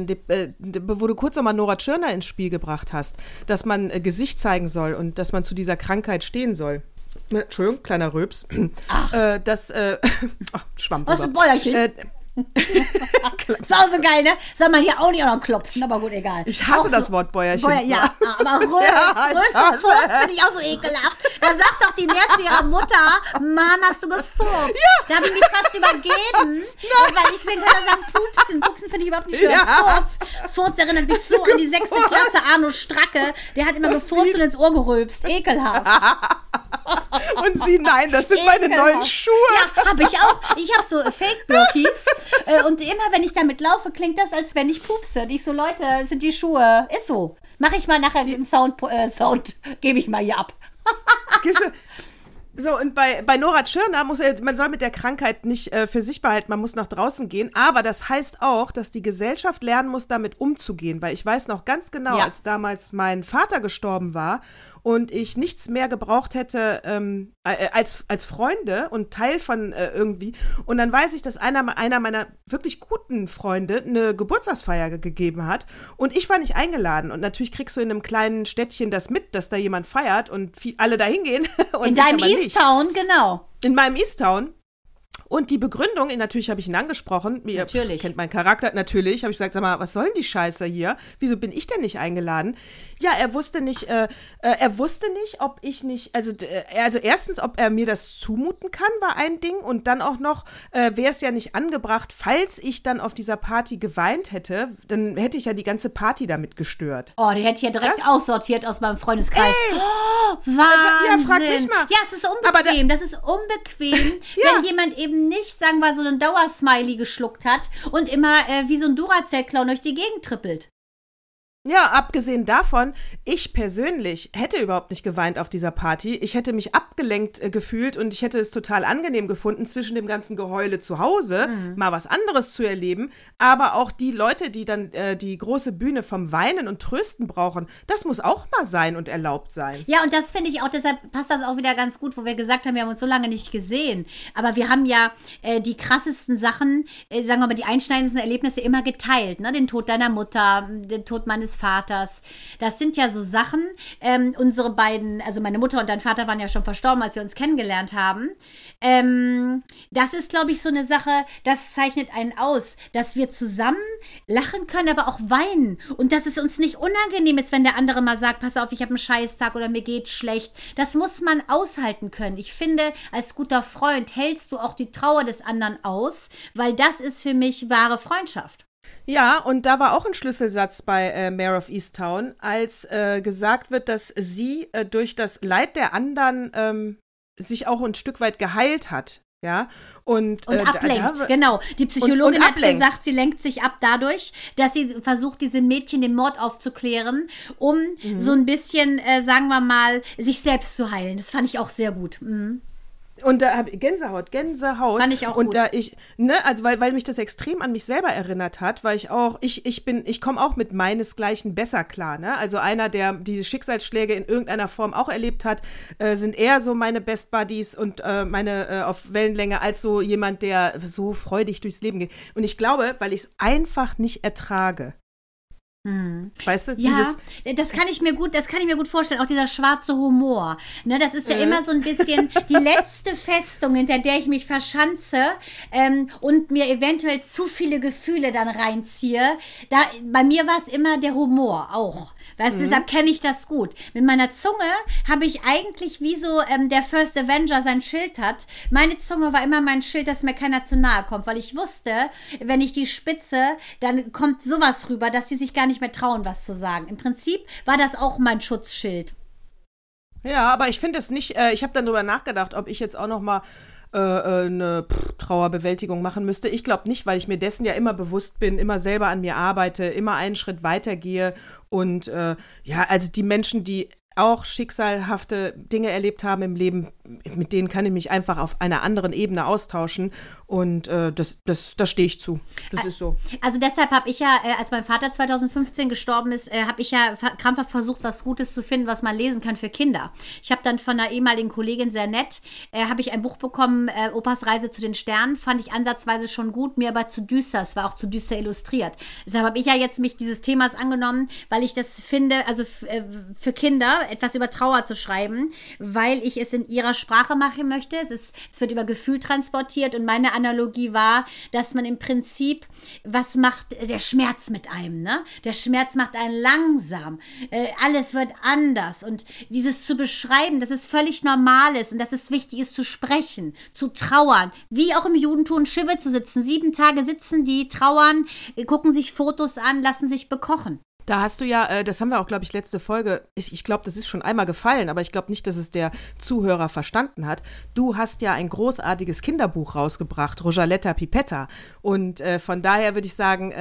wo du kurz nochmal Nora Tschirner ins Spiel gebracht hast, dass man Gesicht zeigen soll und dass man zu dieser Krankheit stehen soll. Entschuldigung, kleiner Röps. Schwamm drüber. Was ein Bäuerchen. Ist auch so geil, ne? Soll man hier auch nicht noch klopfen, aber gut, egal. Ich hasse auch das so, Wort Bäuerchen. Ja, aber Röps und Furz finde ich auch so ekelhaft. Da sagt doch die mehr zu ihrer Mutter, Mama, hast du gefurzt? Ja. Da habe ich mich fast übergeben, weil ich sehen kann, sagen Pupsen. Pupsen finde ich überhaupt nicht schön. Ja. Furz erinnert mich so an die 6. Klasse Arno Stracke. Der hat immer gefurzt und ins Ohr gerülpst. Ekelhaft. Und sie, nein, das sind meine neuen Schuhe. Ja, habe ich auch. Ich habe so Fake-Birkies. Und immer, wenn ich damit laufe, klingt das, als wenn ich pupse. Und ich so, Leute, das sind die Schuhe. Ist so. Mache ich mal nachher den Sound gebe ich mal hier ab. So, und bei Nora Tschirner man soll mit der Krankheit nicht für sich behalten, man muss nach draußen gehen, aber das heißt auch, dass die Gesellschaft lernen muss, damit umzugehen, weil ich weiß noch ganz genau, als damals mein Vater gestorben war und ich nichts mehr gebraucht hätte als Freunde und Teil von irgendwie. Und dann weiß ich, dass einer meiner wirklich guten Freunde eine Geburtstagsfeier gegeben hat und ich war nicht eingeladen. Und natürlich kriegst du in einem kleinen Städtchen das mit, dass da jemand feiert und alle da hingehen. In deinem Easttown, genau. In meinem Easttown. Und die Begründung, natürlich habe ich ihn angesprochen, ihr kennt meinen Charakter, natürlich, habe ich gesagt, sag mal, was soll denn die Scheiße hier? Wieso bin ich denn nicht eingeladen? Ja, er wusste nicht, ob ich nicht, also erstens, ob er mir das zumuten kann, war ein Ding und dann auch noch, wäre es ja nicht angebracht, falls ich dann auf dieser Party geweint hätte, dann hätte ich ja die ganze Party damit gestört. Oh, die hätte ich ja direkt aussortiert aus meinem Freundeskreis. Oh, Wahnsinn. Ja, frag mich mal. Ja, es ist unbequem, das ist unbequem, wenn jemand eben nicht, sagen wir, so einen Dauersmiley geschluckt hat und immer wie so ein Duracell-Clown durch die Gegend trippelt. Ja, abgesehen davon, ich persönlich hätte überhaupt nicht geweint auf dieser Party. Ich hätte mich abgelenkt gefühlt und ich hätte es total angenehm gefunden, zwischen dem ganzen Geheule zu Hause mal was anderes zu erleben. Aber auch die Leute, die dann die große Bühne vom Weinen und Trösten brauchen, das muss auch mal sein und erlaubt sein. Ja, und das finde ich auch, deshalb passt das auch wieder ganz gut, wo wir gesagt haben, wir haben uns so lange nicht gesehen. Aber wir haben ja die krassesten Sachen, sagen wir mal, die einschneidendsten Erlebnisse immer geteilt. Ne? Den Tod deiner Mutter, den Tod meines meines Vaters. Das sind ja so Sachen, unsere beiden, also meine Mutter und dein Vater waren ja schon verstorben, als wir uns kennengelernt haben. Das ist, glaube ich, so eine Sache, das zeichnet einen aus, dass wir zusammen lachen können, aber auch weinen. Und dass es uns nicht unangenehm ist, wenn der andere mal sagt, pass auf, ich habe einen Scheißtag oder mir geht's schlecht. Das muss man aushalten können. Ich finde, als guter Freund hältst du auch die Trauer des anderen aus, weil das ist für mich wahre Freundschaft. Ja, und da war auch ein Schlüsselsatz bei Mare of Easttown, als gesagt wird, dass sie durch das Leid der anderen sich auch ein Stück weit geheilt hat. Ja, und ablenkt, genau. Die Psychologin hat gesagt, sie lenkt sich ab dadurch, dass sie versucht, diesem Mädchen den Mord aufzuklären, um so ein bisschen, sagen wir mal, sich selbst zu heilen. Das fand ich auch sehr gut. Mhm. Und da habe ich Gänsehaut. Fand ich auch und gut. Da also weil mich das extrem an mich selber erinnert hat, weil ich komme auch mit meinesgleichen besser klar, ne? Also einer, der diese Schicksalsschläge in irgendeiner Form auch erlebt hat, sind eher so meine Best Buddies und meine auf Wellenlänge als so jemand, der so freudig durchs Leben geht. Und ich glaube, weil ich es einfach nicht ertrage. Weißt du, ja, das kann ich mir gut vorstellen, auch dieser schwarze Humor. Ne, das ist ja immer so ein bisschen die letzte Festung, hinter der ich mich verschanze und mir eventuell zu viele Gefühle dann reinziehe. Bei mir war es immer der Humor auch. Weißt du, deshalb kenne ich das gut. Mit meiner Zunge habe ich eigentlich, wie so der First Avenger sein Schild hat, meine Zunge war immer mein Schild, dass mir keiner zu nahe kommt, weil ich wusste, wenn ich die spitze, dann kommt sowas rüber, dass die sich gar nicht mehr trauen, was zu sagen. Im Prinzip war das auch mein Schutzschild. Ja, aber ich finde es nicht, ich habe dann drüber nachgedacht, ob ich jetzt auch noch mal eine Trauerbewältigung machen müsste. Ich glaube nicht, weil ich mir dessen ja immer bewusst bin, immer selber an mir arbeite, immer einen Schritt weitergehe und also die Menschen, die auch schicksalhafte Dinge erlebt haben im Leben, mit denen kann ich mich einfach auf einer anderen Ebene austauschen und da stehe ich zu. Das ist so. Also deshalb habe ich ja, als mein Vater 2015 gestorben ist, habe ich ja krampfhaft versucht, was Gutes zu finden, was man lesen kann für Kinder. Ich habe dann von einer ehemaligen Kollegin, sehr nett, habe ich ein Buch bekommen, Opas Reise zu den Sternen, fand ich ansatzweise schon gut, mir aber zu düster, es war auch zu düster illustriert. Deshalb habe ich ja jetzt mich dieses Themas angenommen, weil ich das finde, also für Kinder etwas über Trauer zu schreiben, weil ich es in ihrer Sprache machen möchte. Es wird über Gefühl transportiert und meine Analogie war, dass man im Prinzip, was macht der Schmerz mit einem, ne? Der Schmerz macht einen langsam. Alles wird anders und dieses zu beschreiben, dass es völlig normal ist und dass es wichtig ist zu sprechen, zu trauern, wie auch im Judentum Schiffe zu sitzen. 7 Tage sitzen die, trauern, gucken sich Fotos an, lassen sich bekochen. Da hast du ja, das haben wir auch, glaube ich, letzte Folge, ich glaube, das ist schon einmal gefallen, aber ich glaube nicht, dass es der Zuhörer verstanden hat. Du hast ja ein großartiges Kinderbuch rausgebracht, Rojaletta Pipetta. Und von daher würde ich sagen,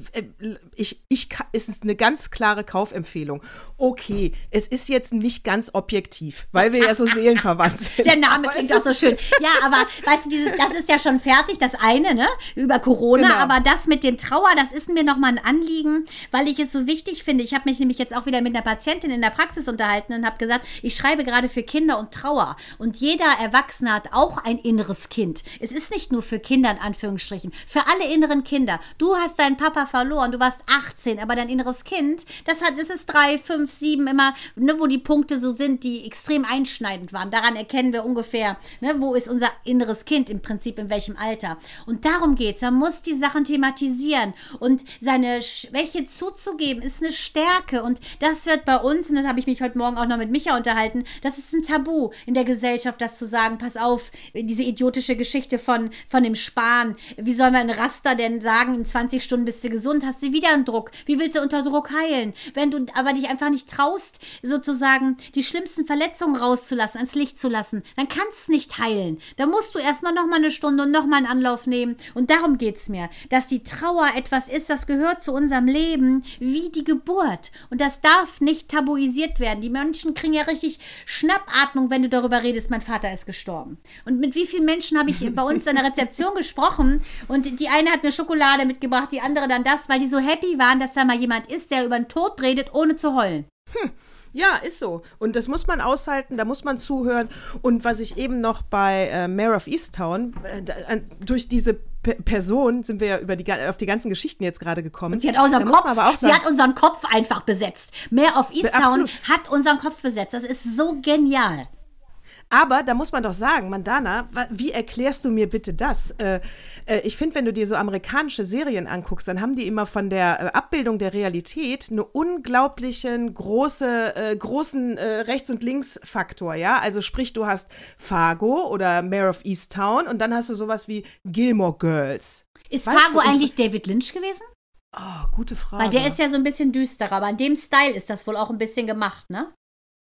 es ist eine ganz klare Kaufempfehlung. Okay, es ist jetzt nicht ganz objektiv, weil wir ja so seelenverwandt sind. Der Name klingt auch so schön. Ja, aber weißt du, das ist ja schon fertig, das eine, ne, über Corona, genau. Aber das mit dem Trauer, das ist mir nochmal ein Anliegen, weil ich es so wichtig finde. Ich habe mich nämlich jetzt auch wieder mit einer Patientin in der Praxis unterhalten und habe gesagt, ich schreibe gerade für Kinder und Trauer. Und jeder Erwachsene hat auch ein inneres Kind. Es ist nicht nur für Kinder in Anführungsstrichen, für alle inneren Kinder. Du hast deinen Papa verloren, du warst 18, aber dein inneres Kind, das ist 3, 5, 7 immer, ne, wo die Punkte so sind, die extrem einschneidend waren. Daran erkennen wir ungefähr, ne, wo ist unser inneres Kind im Prinzip, in welchem Alter. Und darum geht's. Man muss die Sachen thematisieren und seine Schwäche zuzugeben, ist eine Stärke und das wird bei uns, und das habe ich mich heute Morgen auch noch mit Micha unterhalten, das ist ein Tabu in der Gesellschaft, das zu sagen, pass auf, diese idiotische Geschichte von dem Sparen, wie soll man ein Raster denn sagen, in 20 Stunden bist du gesund, hast du wieder einen Druck, wie willst du unter Druck heilen, wenn du aber dich einfach nicht traust, sozusagen die schlimmsten Verletzungen rauszulassen, ans Licht zu lassen, dann kannst du nicht heilen, da musst du erstmal nochmal eine Stunde und nochmal einen Anlauf nehmen und darum geht's mir, dass die Trauer etwas ist, das gehört zu unserem Leben, wie die Geburt. Und das darf nicht tabuisiert werden. Die Menschen kriegen ja richtig Schnappatmung, wenn du darüber redest, mein Vater ist gestorben. Und mit wie vielen Menschen habe ich bei uns in der Rezeption gesprochen und die eine hat mir Schokolade mitgebracht, die andere dann das, weil die so happy waren, dass da mal jemand ist, der über den Tod redet, ohne zu heulen. Ja, ist so. Und das muss man aushalten, da muss man zuhören. Und was ich eben noch bei Mare of Easttown, durch diese Person sind wir ja auf die ganzen Geschichten jetzt gerade gekommen. Und sie hat unseren sie hat unseren Kopf einfach besetzt. Mare of Easttown hat unseren Kopf besetzt. Das ist so genial. Aber da muss man doch sagen, Mandana, wie erklärst du mir bitte das? Ich finde, wenn du dir so amerikanische Serien anguckst, dann haben die immer von der Abbildung der Realität einen unglaublichen großen Rechts- und Links-Faktor, ja? Also sprich, du hast Fargo oder Mare of Easttown und dann hast du sowas wie Gilmore Girls. Ist Fargo eigentlich David Lynch gewesen? Oh, gute Frage. Weil der ist ja so ein bisschen düsterer, aber in dem Style ist das wohl auch ein bisschen gemacht, ne?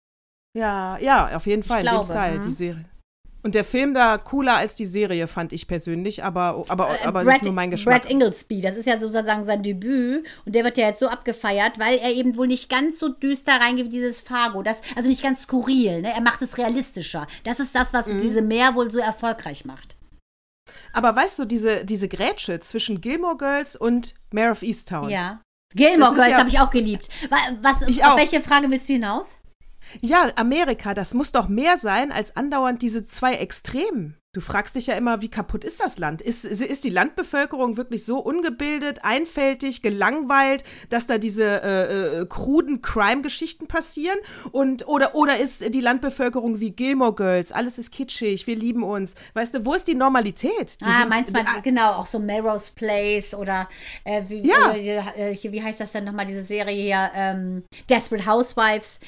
Ja, auf jeden Fall, in dem Style, die Serie. Und der Film da cooler als die Serie, fand ich persönlich, aber das ist nur mein Geschmack. Brad Inglesby, das ist ja sozusagen sein Debüt und der wird ja jetzt so abgefeiert, weil er eben wohl nicht ganz so düster reingeht wie dieses Fargo, also nicht ganz skurril, ne? Er macht es realistischer. Das ist das, was diese Mare wohl so erfolgreich macht. Aber weißt du, diese Grätsche zwischen Gilmore Girls und Mare of Easttown. Ja. Gilmore Girls habe ich auch geliebt. Auf welche Frage willst du hinaus? Ja, Amerika, das muss doch mehr sein als andauernd diese zwei Extremen. Du fragst dich ja immer, wie kaputt ist das Land? Ist die Landbevölkerung wirklich so ungebildet, einfältig, gelangweilt, dass da diese kruden Crime-Geschichten passieren? Oder ist die Landbevölkerung wie Gilmore Girls? Alles ist kitschig, wir lieben uns. Weißt du, wo ist die Normalität? Genau, auch so Melrose Place oder wie heißt das denn nochmal, diese Serie hier, Desperate Housewives.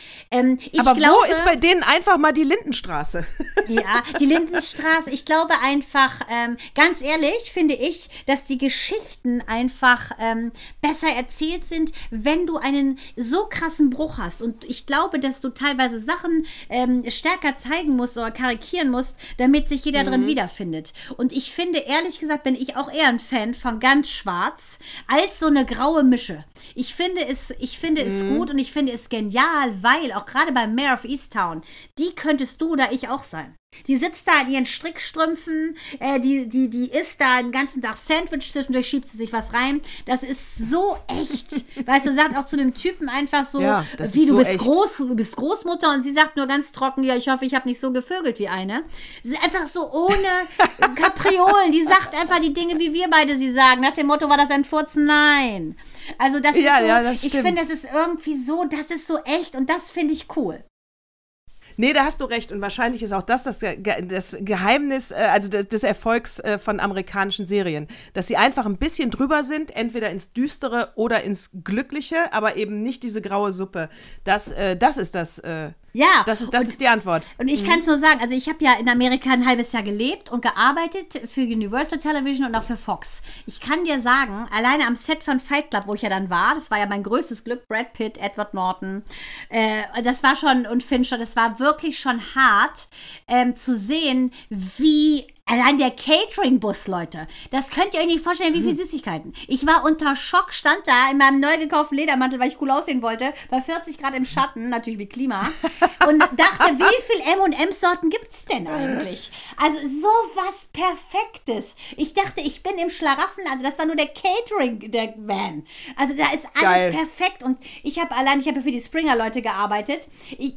Wo ist bei denen einfach mal die Lindenstraße? Ja, die Lindenstraße. Ich glaube einfach, ganz ehrlich, finde ich, dass die Geschichten einfach besser erzählt sind, wenn du einen so krassen Bruch hast. Und ich glaube, dass du teilweise Sachen stärker zeigen musst oder karikieren musst, damit sich jeder drin wiederfindet. Und ich finde, ehrlich gesagt, bin ich auch eher ein Fan von ganz schwarz als so eine graue Mische. Ich finde es gut und ich finde es genial, weil auch gerade bei Mare of Easttown, die könntest du oder ich auch sein. Die sitzt da in ihren Strickstrümpfen, die isst da den ganzen Tag Sandwich, zwischendurch schiebt sie sich was rein. Das ist so echt. Weißt du, sagt auch zu dem Typen einfach so, wie du bist Großmutter und sie sagt nur ganz trocken, ja, ich hoffe, ich habe nicht so gevögelt wie eine. Sie ist einfach so ohne Kapriolen. Die sagt einfach die Dinge, wie wir beide sie sagen. Nach dem Motto, war das ein Furz? Nein. Also das ist so, das ich finde, das ist irgendwie so, das ist so echt und das finde ich cool. Nee, da hast du recht. Und wahrscheinlich ist auch das Geheimnis, also des Erfolgs von amerikanischen Serien. Dass sie einfach ein bisschen drüber sind, entweder ins Düstere oder ins Glückliche, aber eben nicht diese graue Suppe. Das ist das. Ja. Das ist die Antwort. Und ich kann es nur sagen, also ich habe ja in Amerika ein halbes Jahr gelebt und gearbeitet für Universal Television und auch für Fox. Ich kann dir sagen, alleine am Set von Fight Club, wo ich ja dann war, das war ja mein größtes Glück, Brad Pitt, Edward Norton, das war schon, und Fincher, das war wirklich schon hart zu sehen, wie allein der Catering-Bus, Leute, das könnt ihr euch nicht vorstellen, wie viele Süßigkeiten. Ich war unter Schock, stand da in meinem neu gekauften Ledermantel, weil ich cool aussehen wollte, bei 40 Grad im Schatten, natürlich mit Klima, und dachte, wie viel M&M-Sorten gibt's denn eigentlich? Also sowas Perfektes. Ich dachte, ich bin im Schlaraffenland, das war nur der Catering, der Van. Also da ist alles perfekt und ich habe für die Springer-Leute gearbeitet.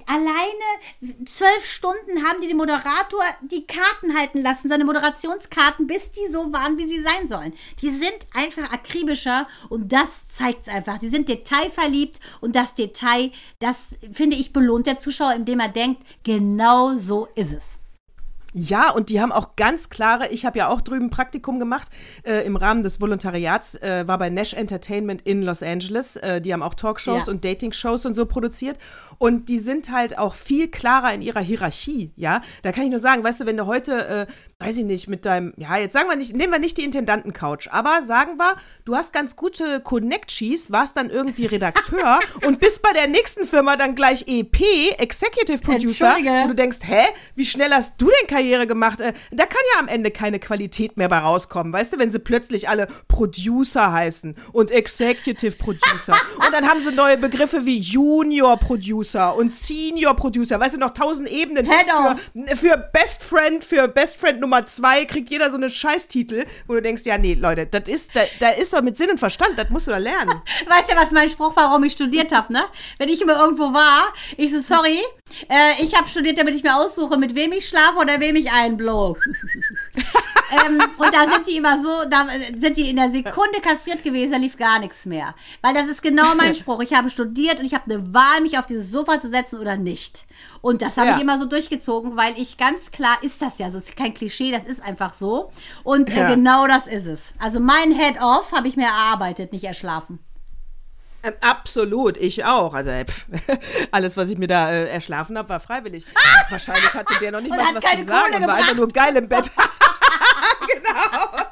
Alleine 12 Stunden haben die Moderator die Karten halten lassen, seine Moderationskarten, bis die so waren, wie sie sein sollen. Die sind einfach akribischer und das zeigt es einfach. Die sind detailverliebt und das Detail, das, finde ich, belohnt der Zuschauer, indem er denkt, genau so ist es. Ja, und die haben auch ganz klare, ich habe ja auch drüben ein Praktikum gemacht, im Rahmen des Volontariats, war bei Nash Entertainment in Los Angeles. Die haben auch Talkshows und Dating-Shows und so produziert. Und die sind halt auch viel klarer in ihrer Hierarchie, ja. Da kann ich nur sagen, weißt du, wenn du heute, weiß ich nicht, mit deinem, ja, jetzt sagen wir nicht, nehmen wir nicht die Intendanten-Couch, aber sagen wir, du hast ganz gute Connections, warst dann irgendwie Redakteur und bist bei der nächsten Firma dann gleich EP, Executive Producer, wo du denkst, wie schnell hast du denn Karriere gemacht? Da kann ja am Ende keine Qualität mehr bei rauskommen, weißt du, wenn sie plötzlich alle Producer heißen und Executive Producer und dann haben sie neue Begriffe wie Junior Producer und Senior Producer, weißt du, noch 1000 Ebenen. Für Best Friend Nummer 2 kriegt jeder so einen Scheißtitel, wo du denkst, ja, nee, Leute, da ist doch mit Sinn und Verstand, das musst du da lernen. Weißt du, was mein Spruch war, warum ich studiert habe, ne? Wenn ich immer irgendwo war, ich so, sorry, ich habe studiert, damit ich mir aussuche, mit wem ich schlafe oder wem ich einblow. Und da sind die immer so, da sind die in der Sekunde kastriert gewesen, da lief gar nichts mehr. Weil das ist genau mein Spruch. Ich habe studiert und ich habe eine Wahl, mich auf dieses Sofa zu setzen oder nicht. Und das habe ich immer so durchgezogen, weil ich ganz klar, ist das ja so, es ist kein Klischee, das ist einfach so. Und genau das ist es. Also mein Head-Off habe ich mir erarbeitet, nicht erschlafen. Absolut, ich auch. Also alles, was ich mir da erschlafen habe, war freiwillig. Wahrscheinlich hatte der noch nicht mal was zu sagen und war einfach nur geil im Bett. Genau.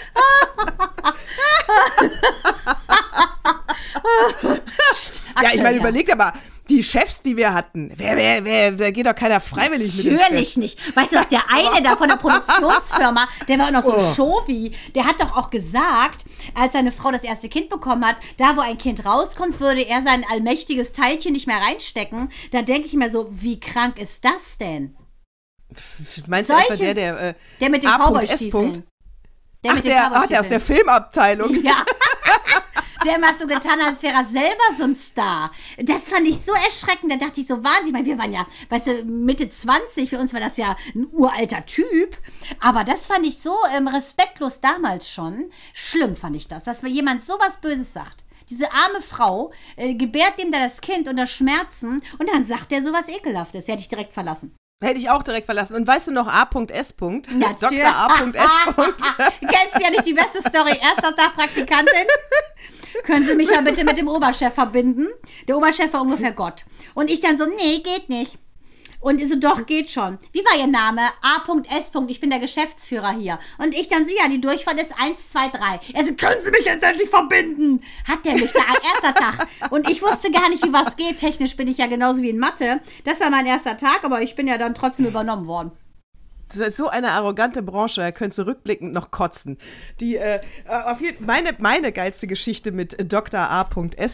Ja, ich meine, überlegt aber, die Chefs, die wir hatten, da geht doch keiner freiwillig mit. Natürlich nicht. Weißt du noch, der eine da von der Produktionsfirma, der war auch noch so Schovi, der hat doch auch gesagt, als seine Frau das erste Kind bekommen hat, da wo ein Kind rauskommt, würde er sein allmächtiges Teilchen nicht mehr reinstecken. Da denke ich mir so, wie krank ist das denn? Meinst du etwa der mit den Cowboy-Stiefeln? Der aus der Filmabteilung. Ja. Der immer so getan hat, als wäre er selber so ein Star. Das fand ich so erschreckend. Da dachte ich so, Wahnsinn. Ich meine, wir waren ja, weißt du, Mitte 20. Für uns war das ja ein uralter Typ. Aber das fand ich so respektlos damals schon. Schlimm fand ich das, dass mir jemand sowas Böses sagt. Diese arme Frau gebärt dem da das Kind unter Schmerzen und dann sagt er sowas Ekelhaftes. Der hätte ich direkt verlassen. Hätte ich auch direkt verlassen. Und weißt du noch A.S. Natürlich. Dr. A.S. Kennst du ja nicht die beste Story. Erster Tag Praktikantin. Können Sie mich ja bitte mit dem Oberchef verbinden? Der Oberchef war ungefähr Gott. Und ich dann so, nee, geht nicht. Und so, doch, geht schon. Wie war Ihr Name? A.S. Ich bin der Geschäftsführer hier. Und ich dann so, ja, die Durchfall ist 1, 2, 3. Er so, können Sie mich jetzt endlich verbinden? Hat der mich da, erster Tag. Und ich wusste gar nicht, wie was geht. Technisch bin ich ja genauso wie in Mathe. Das war mein erster Tag, aber ich bin ja dann trotzdem übernommen worden. Das ist so eine arrogante Branche, da könntest du rückblickend noch kotzen. Die, meine geilste Geschichte mit Dr. A.S.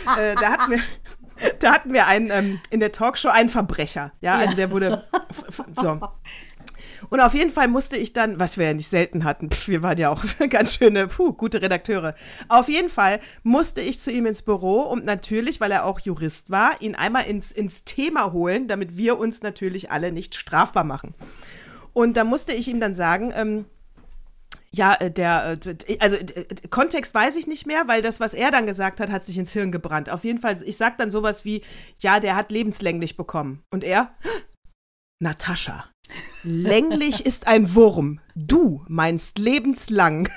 Da hatten wir einen, in der Talkshow einen Verbrecher. Ja, also der wurde so. Und auf jeden Fall musste ich dann, was wir ja nicht selten hatten, wir waren ja auch ganz schöne, gute Redakteure. Auf jeden Fall musste ich zu ihm ins Büro und natürlich, weil er auch Jurist war, ihn einmal ins Thema holen, damit wir uns natürlich alle nicht strafbar machen. Und da musste ich ihm dann sagen, Kontext weiß ich nicht mehr, weil das, was er dann gesagt hat, hat sich ins Hirn gebrannt. Auf jeden Fall, ich sag dann sowas wie, ja, der hat lebenslänglich bekommen. Und er, Natascha, länglich ist ein Wurm. Du meinst lebenslang.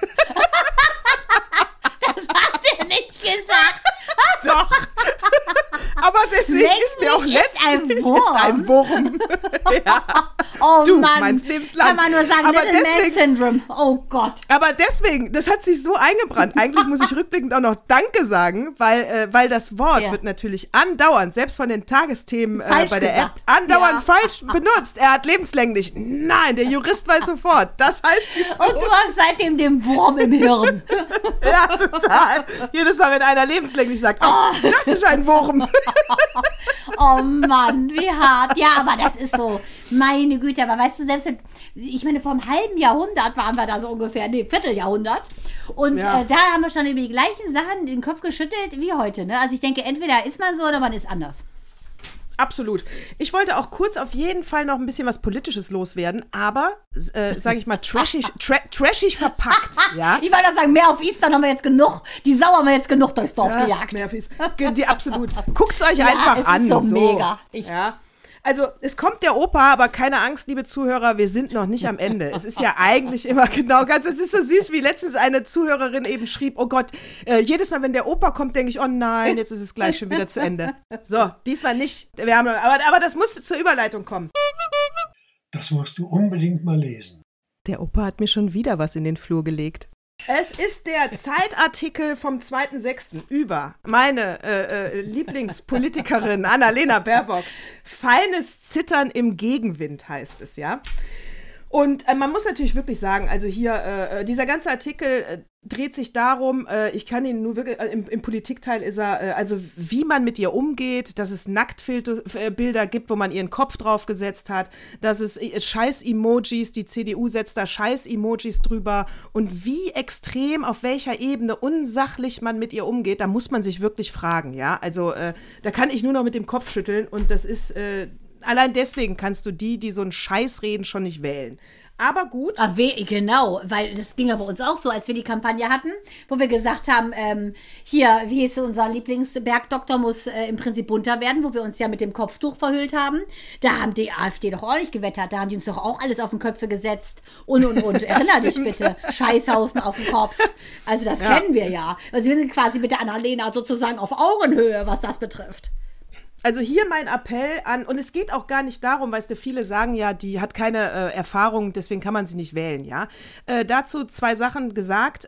Das hat er nicht gesagt. Doch. Aber deswegen ist mir auch letztlich ist ein Wurm. Ja. Oh du Mann, meinst lebenslang. Kann man nur sagen, aber Little Man Syndrome. Oh Gott. Aber deswegen, das hat sich so eingebrannt. Eigentlich muss ich rückblickend auch noch Danke sagen, weil das Wort wird natürlich andauernd, selbst von den Tagesthemen bei der App, andauernd falsch benutzt. Er hat lebenslänglich. Nein, der Jurist weiß sofort. Das heißt nicht so. Und du hast seitdem den Wurm im Hirn. Ja, total. Jedes Mal, wenn einer lebenslänglich sagt, das ist ein Wurm. Oh Mann, wie hart. Ja, aber das ist so, meine Güte. Aber weißt du, selbst, ich meine, vor einem halben Jahrhundert waren wir da so ungefähr, Vierteljahrhundert. Und da haben wir schon über die gleichen Sachen den Kopf geschüttelt wie heute. Ne? Also ich denke, entweder ist man so oder man ist anders. Absolut. Ich wollte auch kurz auf jeden Fall noch ein bisschen was Politisches loswerden, aber, sage ich mal, trashig verpackt. Ja? Ich wollte sagen, mehr auf Eastern haben wir jetzt genug. Die Sau haben wir jetzt genug durchs Dorf gejagt. Mehr auf Eastern. Absolut. Guckt es euch einfach an. Es ist so mega. Also, es kommt der Opa, aber keine Angst, liebe Zuhörer, wir sind noch nicht am Ende. Es ist ja eigentlich immer es ist so süß, wie letztens eine Zuhörerin eben schrieb, oh Gott, jedes Mal, wenn der Opa kommt, denke ich, oh nein, jetzt ist es gleich schon wieder zu Ende. So, diesmal nicht. Aber das musste zur Überleitung kommen. Das musst du unbedingt mal lesen. Der Opa hat mir schon wieder was in den Flur gelegt. Es ist der Zeitartikel vom 2.6. über meine Lieblingspolitikerin Annalena Baerbock. Feines Zittern im Gegenwind heißt es, ja. Und man muss natürlich wirklich sagen, also hier, dieser ganze Artikel dreht sich darum, ich kann ihn nur wirklich, im Politikteil ist er, also wie man mit ihr umgeht, dass es Nacktbilder gibt, wo man ihren Kopf draufgesetzt hat, dass es Scheiß-Emojis, die CDU setzt da Scheiß-Emojis drüber und wie extrem, auf welcher Ebene unsachlich man mit ihr umgeht, da muss man sich wirklich fragen, ja, also da kann ich nur noch mit dem Kopf schütteln und das ist allein deswegen kannst du die so einen Scheiß reden, schon nicht wählen. aber gut. Genau, weil das ging ja bei uns auch so, als wir die Kampagne hatten, wo wir gesagt haben, hier, wie hieß unser Lieblingsbergdoktor, muss im Prinzip bunter werden, wo wir uns ja mit dem Kopftuch verhüllt haben. Da haben die AfD doch ordentlich gewettert, da haben die uns doch auch alles auf den Köpfe gesetzt und. Erinner dich bitte, Scheißhaufen auf den Kopf. Also das kennen wir ja. Also wir sind quasi mit der Annalena sozusagen auf Augenhöhe, was das betrifft. Also hier mein Appell an, und es geht auch gar nicht darum, weißt du, viele sagen ja, die hat keine Erfahrung, deswegen kann man sie nicht wählen, ja. Dazu 2 Sachen gesagt.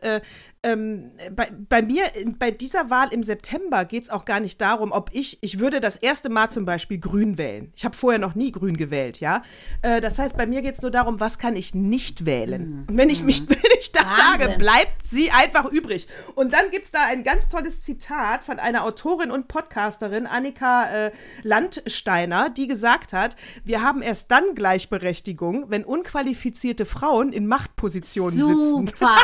Bei mir, bei dieser Wahl im September geht es auch gar nicht darum, ob ich würde das erste Mal zum Beispiel Grün wählen. Ich habe vorher noch nie Grün gewählt, ja. Das heißt, bei mir geht es nur darum, was kann ich nicht wählen. Und wenn ich das sage, bleibt sie einfach übrig. Und dann gibt es da ein ganz tolles Zitat von einer Autorin und Podcasterin, Annika Landsteiner, die gesagt hat, wir haben erst dann Gleichberechtigung, wenn unqualifizierte Frauen in Machtpositionen sitzen. Super,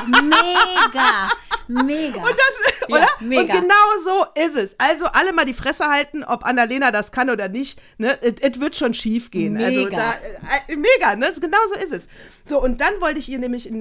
mega. Mega. Und das, oder? Ja, mega. Und genau so ist es. Also alle mal die Fresse halten, ob Annalena das kann oder nicht. Ne? Es wird schon schief gehen. Mega. Also mega, ne? Genau so ist es. So, und dann wollte ich ihr nämlich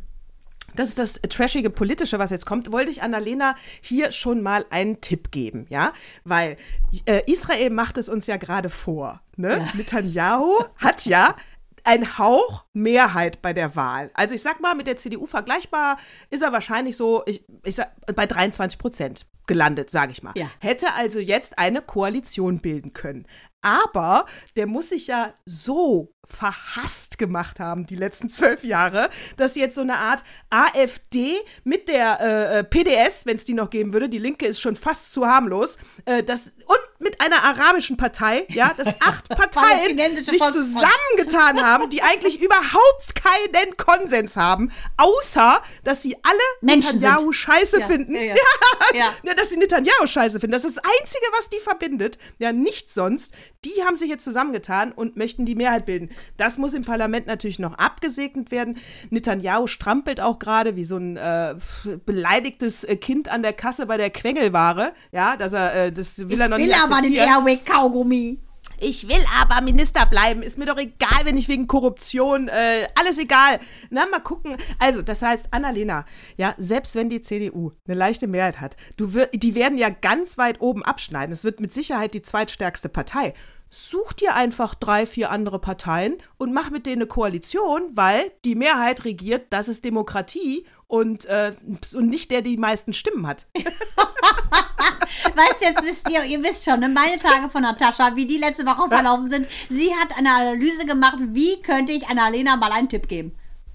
das ist das trashige Politische, was jetzt kommt, wollte ich Annalena hier schon mal einen Tipp geben, ja, weil Israel macht es uns ja gerade vor, ne? Ja. Netanyahu hat ja ein Hauch Mehrheit bei der Wahl. Also ich sag mal, mit der CDU vergleichbar ist er wahrscheinlich so, ich sag, bei 23% gelandet, sage ich mal. Ja. Hätte also jetzt eine Koalition bilden können. Aber der muss sich ja so verhasst gemacht haben, die letzten 12 Jahre, dass jetzt so eine Art AfD mit der PDS, wenn es die noch geben würde, die Linke ist schon fast zu harmlos, und mit einer arabischen Partei, ja, dass 8 Parteien sich zusammengetan haben, die eigentlich überhaupt keinen Konsens haben, außer, dass sie alle Netanyahu scheiße finden. Ja, dass sie Netanyahu scheiße finden. Das ist das Einzige, was die verbindet. Ja, nichts sonst. Die haben sich jetzt zusammengetan und möchten die Mehrheit bilden. Das muss im Parlament natürlich noch abgesegnet werden. Netanyahu strampelt auch gerade wie so ein beleidigtes Kind an der Kasse bei der Quengelware. Ja, das will er noch nicht akzeptieren. Ich will aber den Airwick-Kaugummi. Ich will aber Minister bleiben. Ist mir doch egal, wenn ich wegen Korruption, alles egal. Na, mal gucken. Also, das heißt, Annalena, ja, selbst wenn die CDU eine leichte Mehrheit hat, die werden ja ganz weit oben abschneiden. Es wird mit Sicherheit die zweitstärkste Partei. Such dir einfach 3, 4 andere Parteien und mach mit denen eine Koalition, weil die Mehrheit regiert, das ist Demokratie und nicht der die meisten Stimmen hat. Weißt du, jetzt ihr wisst schon, ne, meine Tage von Natascha, wie die letzte Woche verlaufen sind. Sie hat eine Analyse gemacht, wie könnte ich Annalena mal einen Tipp geben.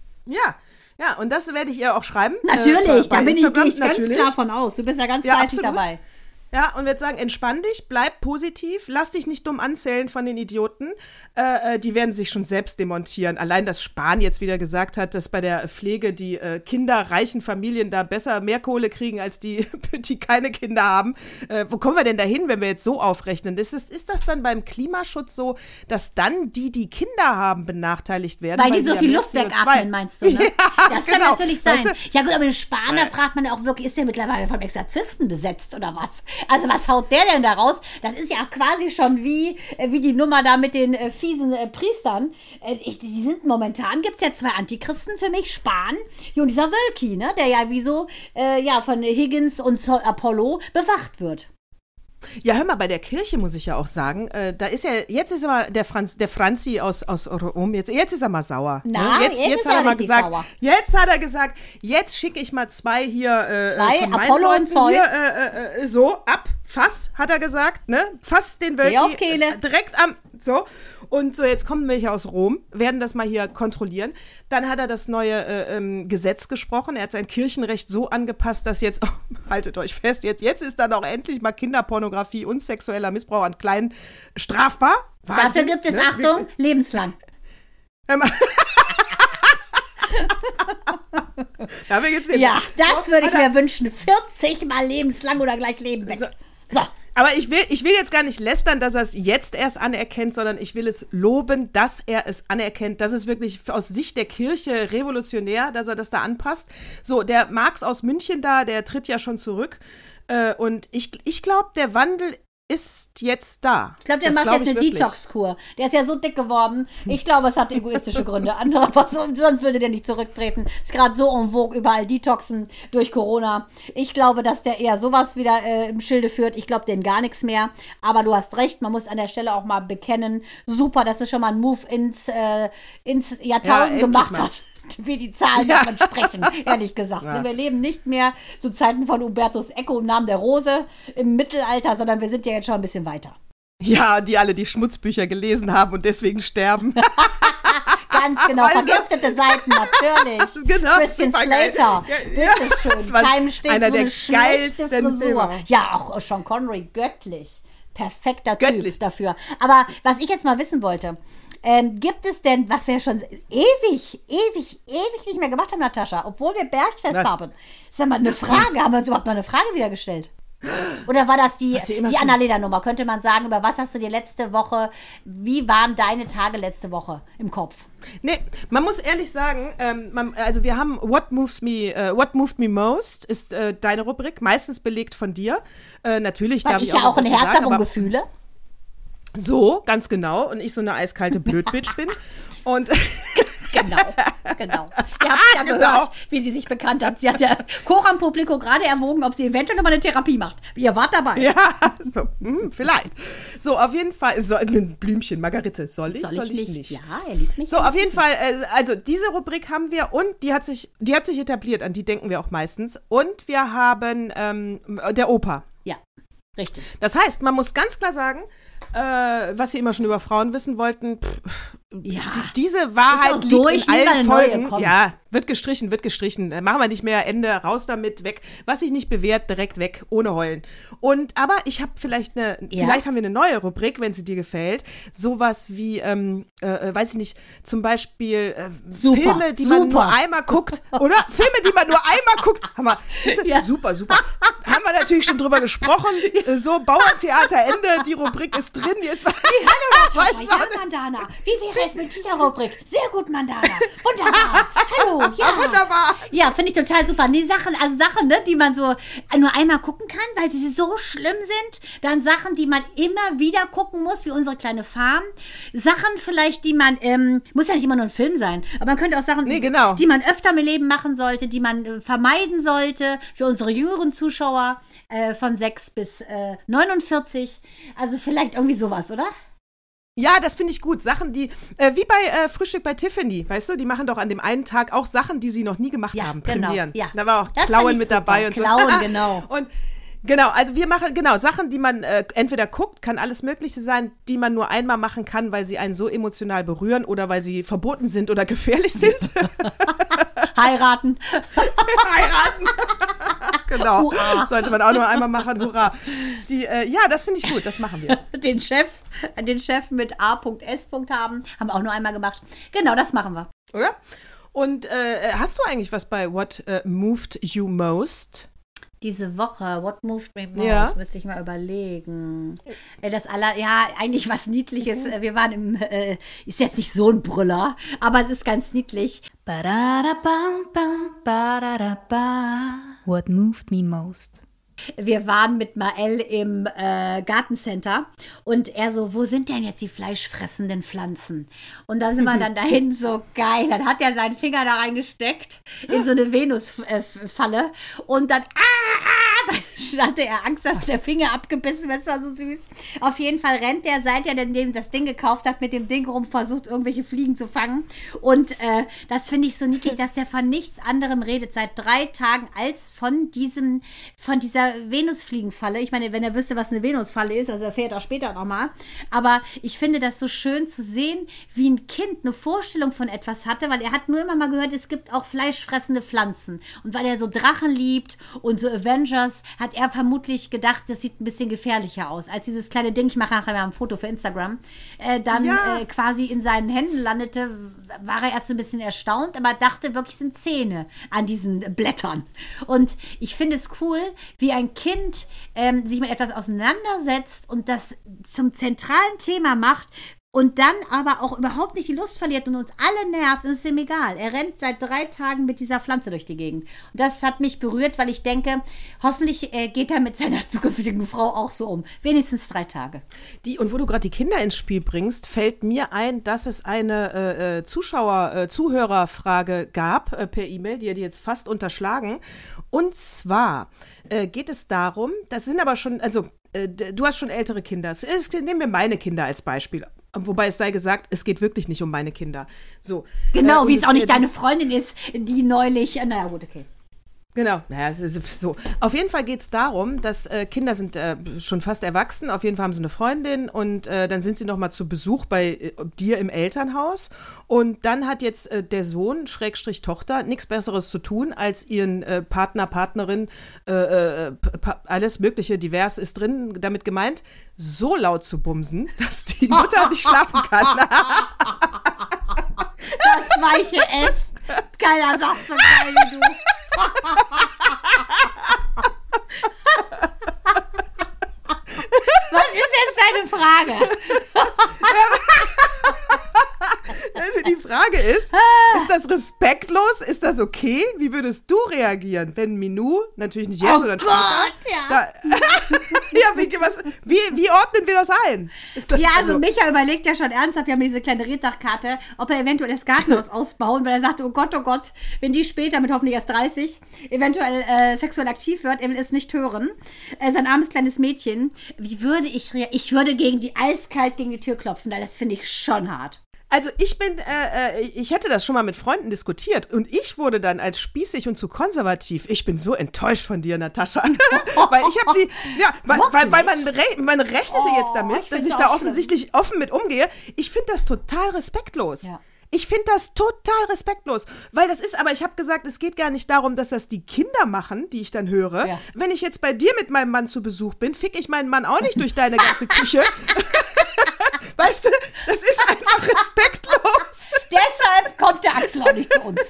Ja, und das werde ich ihr auch schreiben. Natürlich, da gehe ich ganz klar von aus. Du bist ja ganz fleißig dabei. Ja, und wird sagen, entspann dich, bleib positiv, lass dich nicht dumm anzählen von den Idioten. Die werden sich schon selbst demontieren. Allein, dass Spahn jetzt wieder gesagt hat, dass bei der Pflege die kinderreichen Familien da besser mehr Kohle kriegen, als die keine Kinder haben. Wo kommen wir denn dahin, wenn wir jetzt so aufrechnen? Ist das dann beim Klimaschutz so, dass dann die Kinder haben, benachteiligt werden? Weil die so viel Luft wegatmen, meinst du, ne? Ja, das kann natürlich sein. Weißt du? Ja gut, aber den Spahn, da fragt man ja auch wirklich, ist der mittlerweile vom Exorzisten besetzt oder was? Also was haut der denn da raus? Das ist ja quasi schon wie die Nummer da mit den fiesen Priestern. Die sind momentan, gibt es ja 2 Antichristen für mich, Spahn und dieser Wölki, ne? Der ja wie so von Higgins und Apollo bewacht wird. Ja, hör mal, bei der Kirche muss ich ja auch sagen, da ist ja, jetzt ist immer der Franzi aus Rom, jetzt ist er mal sauer. Na, ne? Jetzt hat er mal gesagt, sauer. Jetzt hat er gesagt, jetzt schicke ich mal 2 hier 2 Apollo und Zeus. Hier, so, ab, Fass, hat er gesagt, ne? Fass den Wölki direkt am, so. Und so, jetzt kommen welche aus Rom, werden das mal hier kontrollieren. Dann hat er das neue Gesetz gesprochen. Er hat sein Kirchenrecht so angepasst, dass jetzt, haltet euch fest, jetzt ist dann auch endlich mal Kinderpornografie und sexueller Missbrauch an Kleinen strafbar. Wahnsinn, dafür gibt es, Achtung, lebenslang. Dafür gibt's ja, das würde ich mir wünschen. 40 Mal lebenslang oder gleich Leben weg. So. Aber ich will jetzt gar nicht lästern, dass er es jetzt erst anerkennt, sondern ich will es loben, dass er es anerkennt. Das ist wirklich aus Sicht der Kirche revolutionär, dass er das da anpasst. So, der Marx aus München da, der tritt ja schon zurück. Und ich glaube, der Wandel ist jetzt da. Ich glaube, der macht jetzt eine Detox-Kur. Der ist ja so dick geworden. Ich glaube, es hat egoistische Gründe. Sonst würde der nicht zurücktreten. Ist gerade so en vogue, überall Detoxen durch Corona. Ich glaube, dass der eher sowas wieder im Schilde führt. Ich glaube, den gar nichts mehr. Aber du hast recht, man muss an der Stelle auch mal bekennen. Super, dass es schon mal einen Move ins Jahrtausend gemacht hat. Wie die Zahlen davon sprechen, ehrlich gesagt. Ja. Wir leben nicht mehr zu Zeiten von Umbertus Eco im Namen der Rose im Mittelalter, sondern wir sind ja jetzt schon ein bisschen weiter. Ja, die alle die Schmutzbücher gelesen haben und deswegen sterben. Ganz genau, vergiftete Seiten, natürlich. Genau, Christian Slater, bitteschön. Keinem steht einer so der eine schlechte geilsten Frisur. Ja, auch Sean Connery, göttlich. Perfekter Typ dafür. Aber was ich jetzt mal wissen wollte, gibt es denn, was wir schon ewig nicht mehr gemacht haben, Natascha, obwohl wir Bergfest haben? Sag mal, eine Frage, haben wir uns überhaupt mal eine Frage wieder gestellt? Oder war das die Annalena-Nummer? Könnte man sagen, über was hast du dir letzte Woche, wie waren deine Tage letzte Woche im Kopf? Nee, man muss ehrlich sagen, also wir haben What Moved Me Most ist deine Rubrik, meistens belegt von dir. Natürlich darf ich ja auch ein Herz habe und Gefühle. So, ganz genau. Und ich so eine eiskalte Blödbitch bin. Und Genau. Ihr habt ja gehört, wie sie sich bekannt hat. Sie hat ja Coram Publico gerade erwogen, ob sie eventuell nochmal eine Therapie macht. Ihr wart dabei. Ja, so, vielleicht. So, auf jeden Fall, ein Blümchen, Margarete, soll ich nicht? Ja, er liebt mich. So, auf jeden Fall, also diese Rubrik haben wir und die hat sich etabliert, an die denken wir auch meistens. Und wir haben der Opa. Ja, richtig. Das heißt, man muss ganz klar sagen, was Sie immer schon über Frauen wissen wollten, diese Wahrheit liegt in allen Folgen. Ja, wird gestrichen. Machen wir nicht mehr, Ende, raus damit, weg. Was sich nicht bewährt, direkt weg, ohne heulen. Aber ich habe vielleicht haben wir eine neue Rubrik, wenn sie dir gefällt. Sowas wie, weiß ich nicht, zum Beispiel Filme, die man nur einmal guckt, oder? Filme, die man nur einmal guckt. Super. Haben wir natürlich schon drüber gesprochen. So, Bauerntheater, Ende, die Rubrik ist drin. Jetzt hallo Natascha, ja Mandana. Wie wäre es mit dieser Rubrik? Sehr gut, Mandana. Wunderbar. Hallo, ja. Wunderbar. Ja, finde ich total super. Nee, Sachen, ne, die man so nur einmal gucken kann, weil sie so schlimm sind. Dann Sachen, die man immer wieder gucken muss, wie unsere kleine Farm. Sachen vielleicht, die man, muss ja nicht immer nur ein Film sein, aber man könnte auch Sachen, die man öfter im Leben machen sollte, die man vermeiden sollte für unsere jüngeren Zuschauer von 6 bis 49. Also vielleicht irgendwie sowas, oder? Ja, das finde ich gut. Sachen, die, wie bei Frühstück bei Tiffany, weißt du, die machen doch an dem einen Tag auch Sachen, die sie noch nie gemacht haben, prämieren. Ja. Da war auch Klauen mit dabei und so. Klauen, genau. Und genau, also wir machen, Sachen, die man entweder guckt, kann alles Mögliche sein, die man nur einmal machen kann, weil sie einen so emotional berühren oder weil sie verboten sind oder gefährlich sind. Heiraten. Genau. Hurra. Sollte man auch nur einmal machen, hurra. Das finde ich gut, das machen wir. Den Chef mit A.S. haben wir auch nur einmal gemacht. Genau, das machen wir. Oder? Und hast du eigentlich was bei What Moved You Most? Diese Woche, What Moved Me Most, müsste ich mal überlegen. Eigentlich was Niedliches. Wir waren ist jetzt nicht so ein Brüller, aber es ist ganz niedlich. What Moved Me Most. Wir waren mit Mael im Gartencenter und er so, wo sind denn jetzt die fleischfressenden Pflanzen? Und dann sind wir dann dahin, so geil. Dann hat er seinen Finger da reingesteckt in so eine Venusfalle und dann hatte er Angst, dass der Finger abgebissen wird. Es war so süß. Auf jeden Fall rennt er, seit er denn das Ding gekauft hat, mit dem Ding rum, versucht irgendwelche Fliegen zu fangen. Und das finde ich so niedlich, dass er von nichts anderem redet seit 3 Tagen als von dieser Venusfliegenfalle. Ich meine, wenn er wüsste, was eine Venusfalle ist, also erfährt er später nochmal. Aber ich finde das so schön zu sehen, wie ein Kind eine Vorstellung von etwas hatte, weil er hat nur immer mal gehört, es gibt auch fleischfressende Pflanzen. Und weil er so Drachen liebt und so Avengers, hat er vermutlich gedacht, das sieht ein bisschen gefährlicher aus. Als dieses kleine Ding, ich mache nachher mal ein Foto für Instagram, quasi in seinen Händen landete, war er erst so ein bisschen erstaunt, aber dachte wirklich, es sind Zähne an diesen Blättern. Und ich finde es cool, wie ein Kind sich mit etwas auseinandersetzt und das zum zentralen Thema macht, und dann aber auch überhaupt nicht die Lust verliert und uns alle nervt, ist ihm egal. Er rennt seit 3 Tagen mit dieser Pflanze durch die Gegend. Und das hat mich berührt, weil ich denke, hoffentlich geht er mit seiner zukünftigen Frau auch so um. Wenigstens 3 Tage. Und wo du gerade die Kinder ins Spiel bringst, fällt mir ein, dass es eine Zuhörerfrage gab per E-Mail, die jetzt fast unterschlagen. Und zwar geht es darum, das sind aber schon, also du hast schon ältere Kinder. Nehmen wir meine Kinder als Beispiel. Wobei es sei gesagt, es geht wirklich nicht um meine Kinder. So. Genau, wie es auch nicht deine Freundin ist, die neulich, naja gut, okay. Genau, naja, so. Auf jeden Fall geht es darum, dass Kinder sind schon fast erwachsen, auf jeden Fall haben sie eine Freundin und dann sind sie nochmal zu Besuch bei dir im Elternhaus und dann hat jetzt der Sohn, Schrägstrich Tochter, nichts Besseres zu tun, als ihren Partner, Partnerin, alles mögliche, divers ist drin, damit gemeint, so laut zu bumsen, dass die Mutter nicht schlafen kann. Das weiche S. Keiner sagt so geil wie du. Was ist jetzt deine Frage? Also die Frage ist das respektlos? Ist das okay? Wie würdest du reagieren, wenn Minou, natürlich nicht jetzt, sondern später, ja. Wie ordnen wir das ein? Ja, also Micha überlegt ja schon ernsthaft, wir haben diese kleine Reddachkarte, ob er eventuell das Gartenhaus ausbauen, weil er sagt, oh Gott, wenn die später mit hoffentlich erst 30 eventuell sexuell aktiv wird, er will es nicht hören. Sein armes kleines Mädchen, wie würde ich reagieren? Ich würde eiskalt gegen die Tür klopfen, weil das finde ich schon hart. Also ich hätte das schon mal mit Freunden diskutiert und ich wurde dann als spießig und zu konservativ. Ich bin so enttäuscht von dir, Natascha. Weil ich habe weil man rechnete jetzt damit, dass ich da offensichtlich offen mit umgehe. Ich finde das total respektlos. Ja. Ich finde das total respektlos, weil das ist, aber ich habe gesagt, es geht gar nicht darum, dass das die Kinder machen, die ich dann höre. Ja. Wenn ich jetzt bei dir mit meinem Mann zu Besuch bin, fick ich meinen Mann auch nicht durch deine ganze Küche. Weißt du, das ist einfach respektlos. Deshalb kommt der Axel auch nicht zu uns.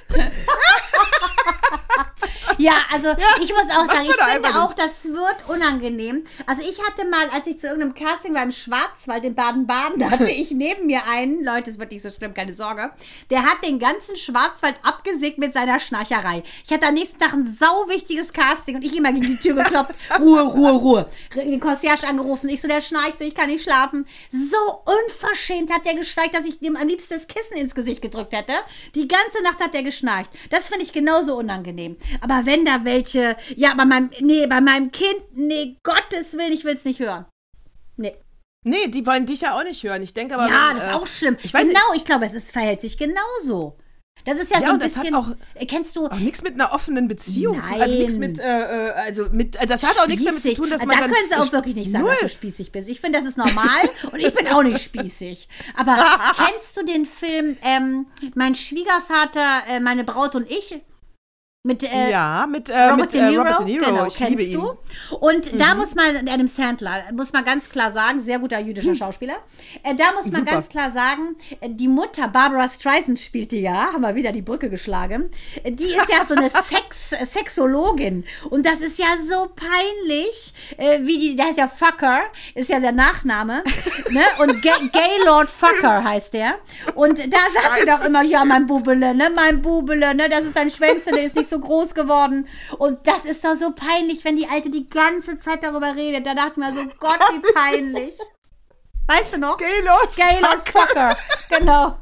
Ja, also ich muss auch sagen, ich finde auch, das wird unangenehm. Also ich hatte mal, als ich zu irgendeinem Casting war im Schwarzwald in Baden-Baden, da hatte ich neben mir einen, Leute, es wird nicht so schlimm, keine Sorge, der hat den ganzen Schwarzwald abgesägt mit seiner Schnarcherei. Ich hatte am nächsten Tag ein sauwichtiges Casting und ich immer gegen die Tür geklopft. Ruhe. Den Concierge angerufen. Ich so, der schnarcht so, ich kann nicht schlafen. So unverschämt hat der geschnarcht, dass ich dem am liebsten das Kissen ins Gesicht gedrückt hätte. Die ganze Nacht hat der geschnarcht. Das finde ich genauso unangenehm. Aber wenn da welche, bei meinem Kind, Gottes Willen, ich will es nicht hören. Nee, die wollen dich ja auch nicht hören. Ich denke aber. Ja, das ist auch schlimm. Ich glaube, es verhält sich genauso. Das ist ja so ein bisschen. Das hat kennst du. Auch nichts mit einer offenen Beziehung Nein. zu. Also nichts mit, das hat auch nichts damit zu tun, dass man dann. Da können sie auch wirklich nicht sagen, dass du spießig bist. Ich finde, das ist normal und ich bin auch nicht spießig. Aber kennst du den Film Mein Schwiegervater, meine Braut und ich? Mit Robert De Niro. Genau, ich liebe ihn. Und da muss man, Adam Sandler, muss man ganz klar sagen, sehr guter jüdischer Schauspieler, da muss man ganz klar sagen, die Mutter, Barbara Streisand spielt die ja, haben wir wieder die Brücke geschlagen, die ist ja so eine Sexologin und das ist ja so peinlich, der heißt ja Fucker, ist ja der Nachname, ne? Und Gaylord Fucker heißt der und da sagt sie doch immer, ja, mein Bubele, ne, das ist ein Schwänzchen, der ist nicht so groß geworden. Und das ist doch so peinlich, wenn die Alte die ganze Zeit darüber redet. Da dachte ich mir so, Gott, wie peinlich. Weißt du noch? Gaylord Fucker. Genau.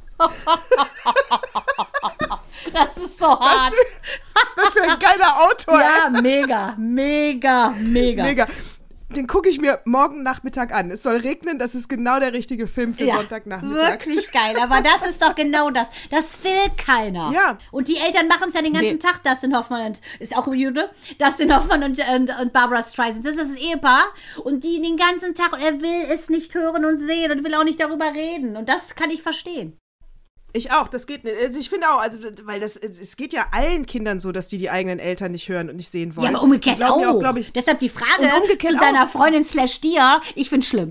Das ist so hart. Was für ein geiler Autor. Ja, mega. Den gucke ich mir morgen Nachmittag an. Es soll regnen, das ist genau der richtige Film für Sonntagnachmittag. Wirklich geil, aber das ist doch genau das. Das will keiner. Ja. Und die Eltern machen es ja den ganzen Tag, Dustin Hoffmann ist auch Jude, Dustin Hoffmann und Barbara Streisand. Das ist das Ehepaar und die den ganzen Tag, und er will es nicht hören und sehen und will auch nicht darüber reden. Und das kann ich verstehen. Ich auch, das geht nicht. Also ich finde auch, weil es geht ja allen Kindern so, dass die eigenen Eltern nicht hören und nicht sehen wollen. Ja, aber umgekehrt auch. Deshalb die Frage zu deiner Freundin /dir, ich find's schlimm.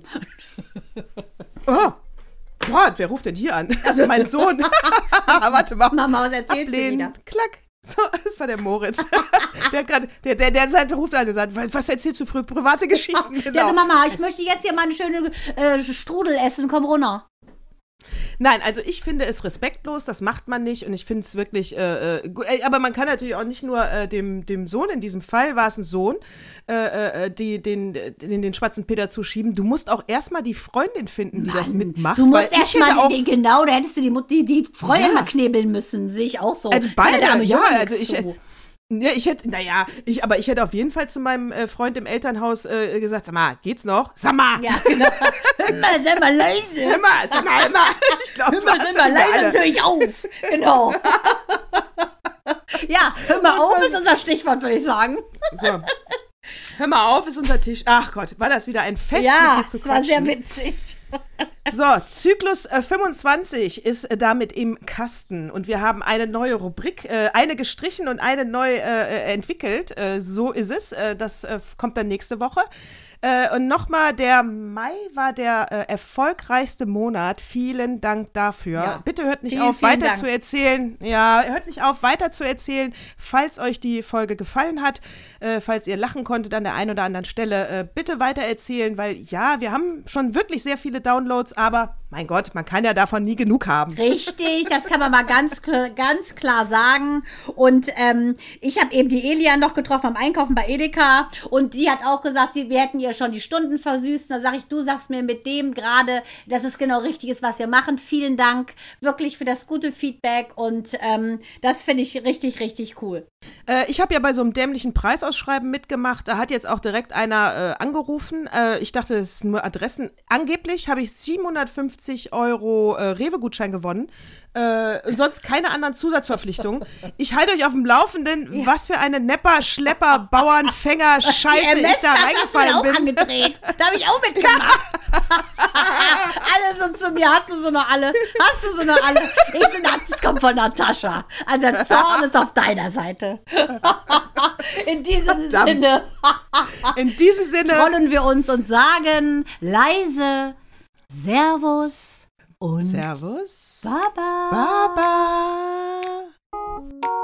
Oh Gott, wer ruft denn hier an? Also mein Sohn. Warte mal. Mama, was erzählst du wieder? Klack. So, das war der Moritz. Der ruft an und sagt, was erzählst du für private Geschichten? Genau. Der so, Mama, ich möchte jetzt hier mal eine schöne Strudel essen, komm runter. Nein, also ich finde es respektlos, das macht man nicht und ich finde es wirklich, aber man kann natürlich auch nicht nur dem Sohn, in diesem Fall war es ein Sohn, den schwarzen Peter zuschieben. Du musst auch erstmal die Freundin finden, die das mitmacht. Du musst erstmal genau, da hättest du die Freundin mal knebeln müssen, sehe ich auch so. Also beide, also ich hätte auf jeden Fall zu meinem Freund im Elternhaus gesagt, sag mal, geht's noch? Sag mal! Ja, genau. Sei mal leise. Sag mal. Ich glaub, sei mal leise, sonst höre ich auf. Genau. Ja, hör mal auf ist unser Stichwort, würde ich sagen. So. Hör mal auf ist unser Tisch. Ach Gott, war das wieder ein Fest, mit dir zu quatschen. Ja, das war sehr witzig. So, Zyklus 25 ist damit im Kasten und wir haben eine neue Rubrik, eine gestrichen und eine neu entwickelt. So ist es. Das kommt dann nächste Woche. Und nochmal, der Mai war der erfolgreichste Monat. Vielen Dank dafür. Ja. Bitte hört nicht auf, weiter zu erzählen. Ja, hört nicht auf, weiter zu erzählen, falls euch die Folge gefallen hat, falls ihr lachen konntet an der einen oder anderen Stelle. Bitte weiter erzählen, weil ja, wir haben schon wirklich sehr viele Downloads, aber mein Gott, man kann ja davon nie genug haben. Richtig, das kann man mal ganz klar sagen. Und ich habe eben die Elia noch getroffen am Einkaufen bei Edeka und die hat auch gesagt, wir hätten ihr schon die Stunden versüßt. Da sage ich, du sagst mir mit dem gerade, dass es genau richtig ist, was wir machen. Vielen Dank wirklich für das gute Feedback und das finde ich richtig, richtig cool. Ich habe ja bei so einem dämlichen Preisausschreiben mitgemacht. Da hat jetzt auch direkt einer angerufen. Ich dachte, es sind nur Adressen. Angeblich habe ich 750 € Rewe-Gutschein gewonnen. Sonst keine anderen Zusatzverpflichtungen. Ich halte euch auf dem Laufenden, was für eine Nepper, Schlepper, Bauern, Fänger, Scheiße ich da reingefallen bin. Angedreht. Da habe ich auch mitgemacht. Alle so zu mir, hast du so noch alle? Ich so, das kommt von Natascha. Also der Zorn ist auf deiner Seite. In diesem Sinne trollen wir uns und sagen leise Servus und Servus. Baba. Baba.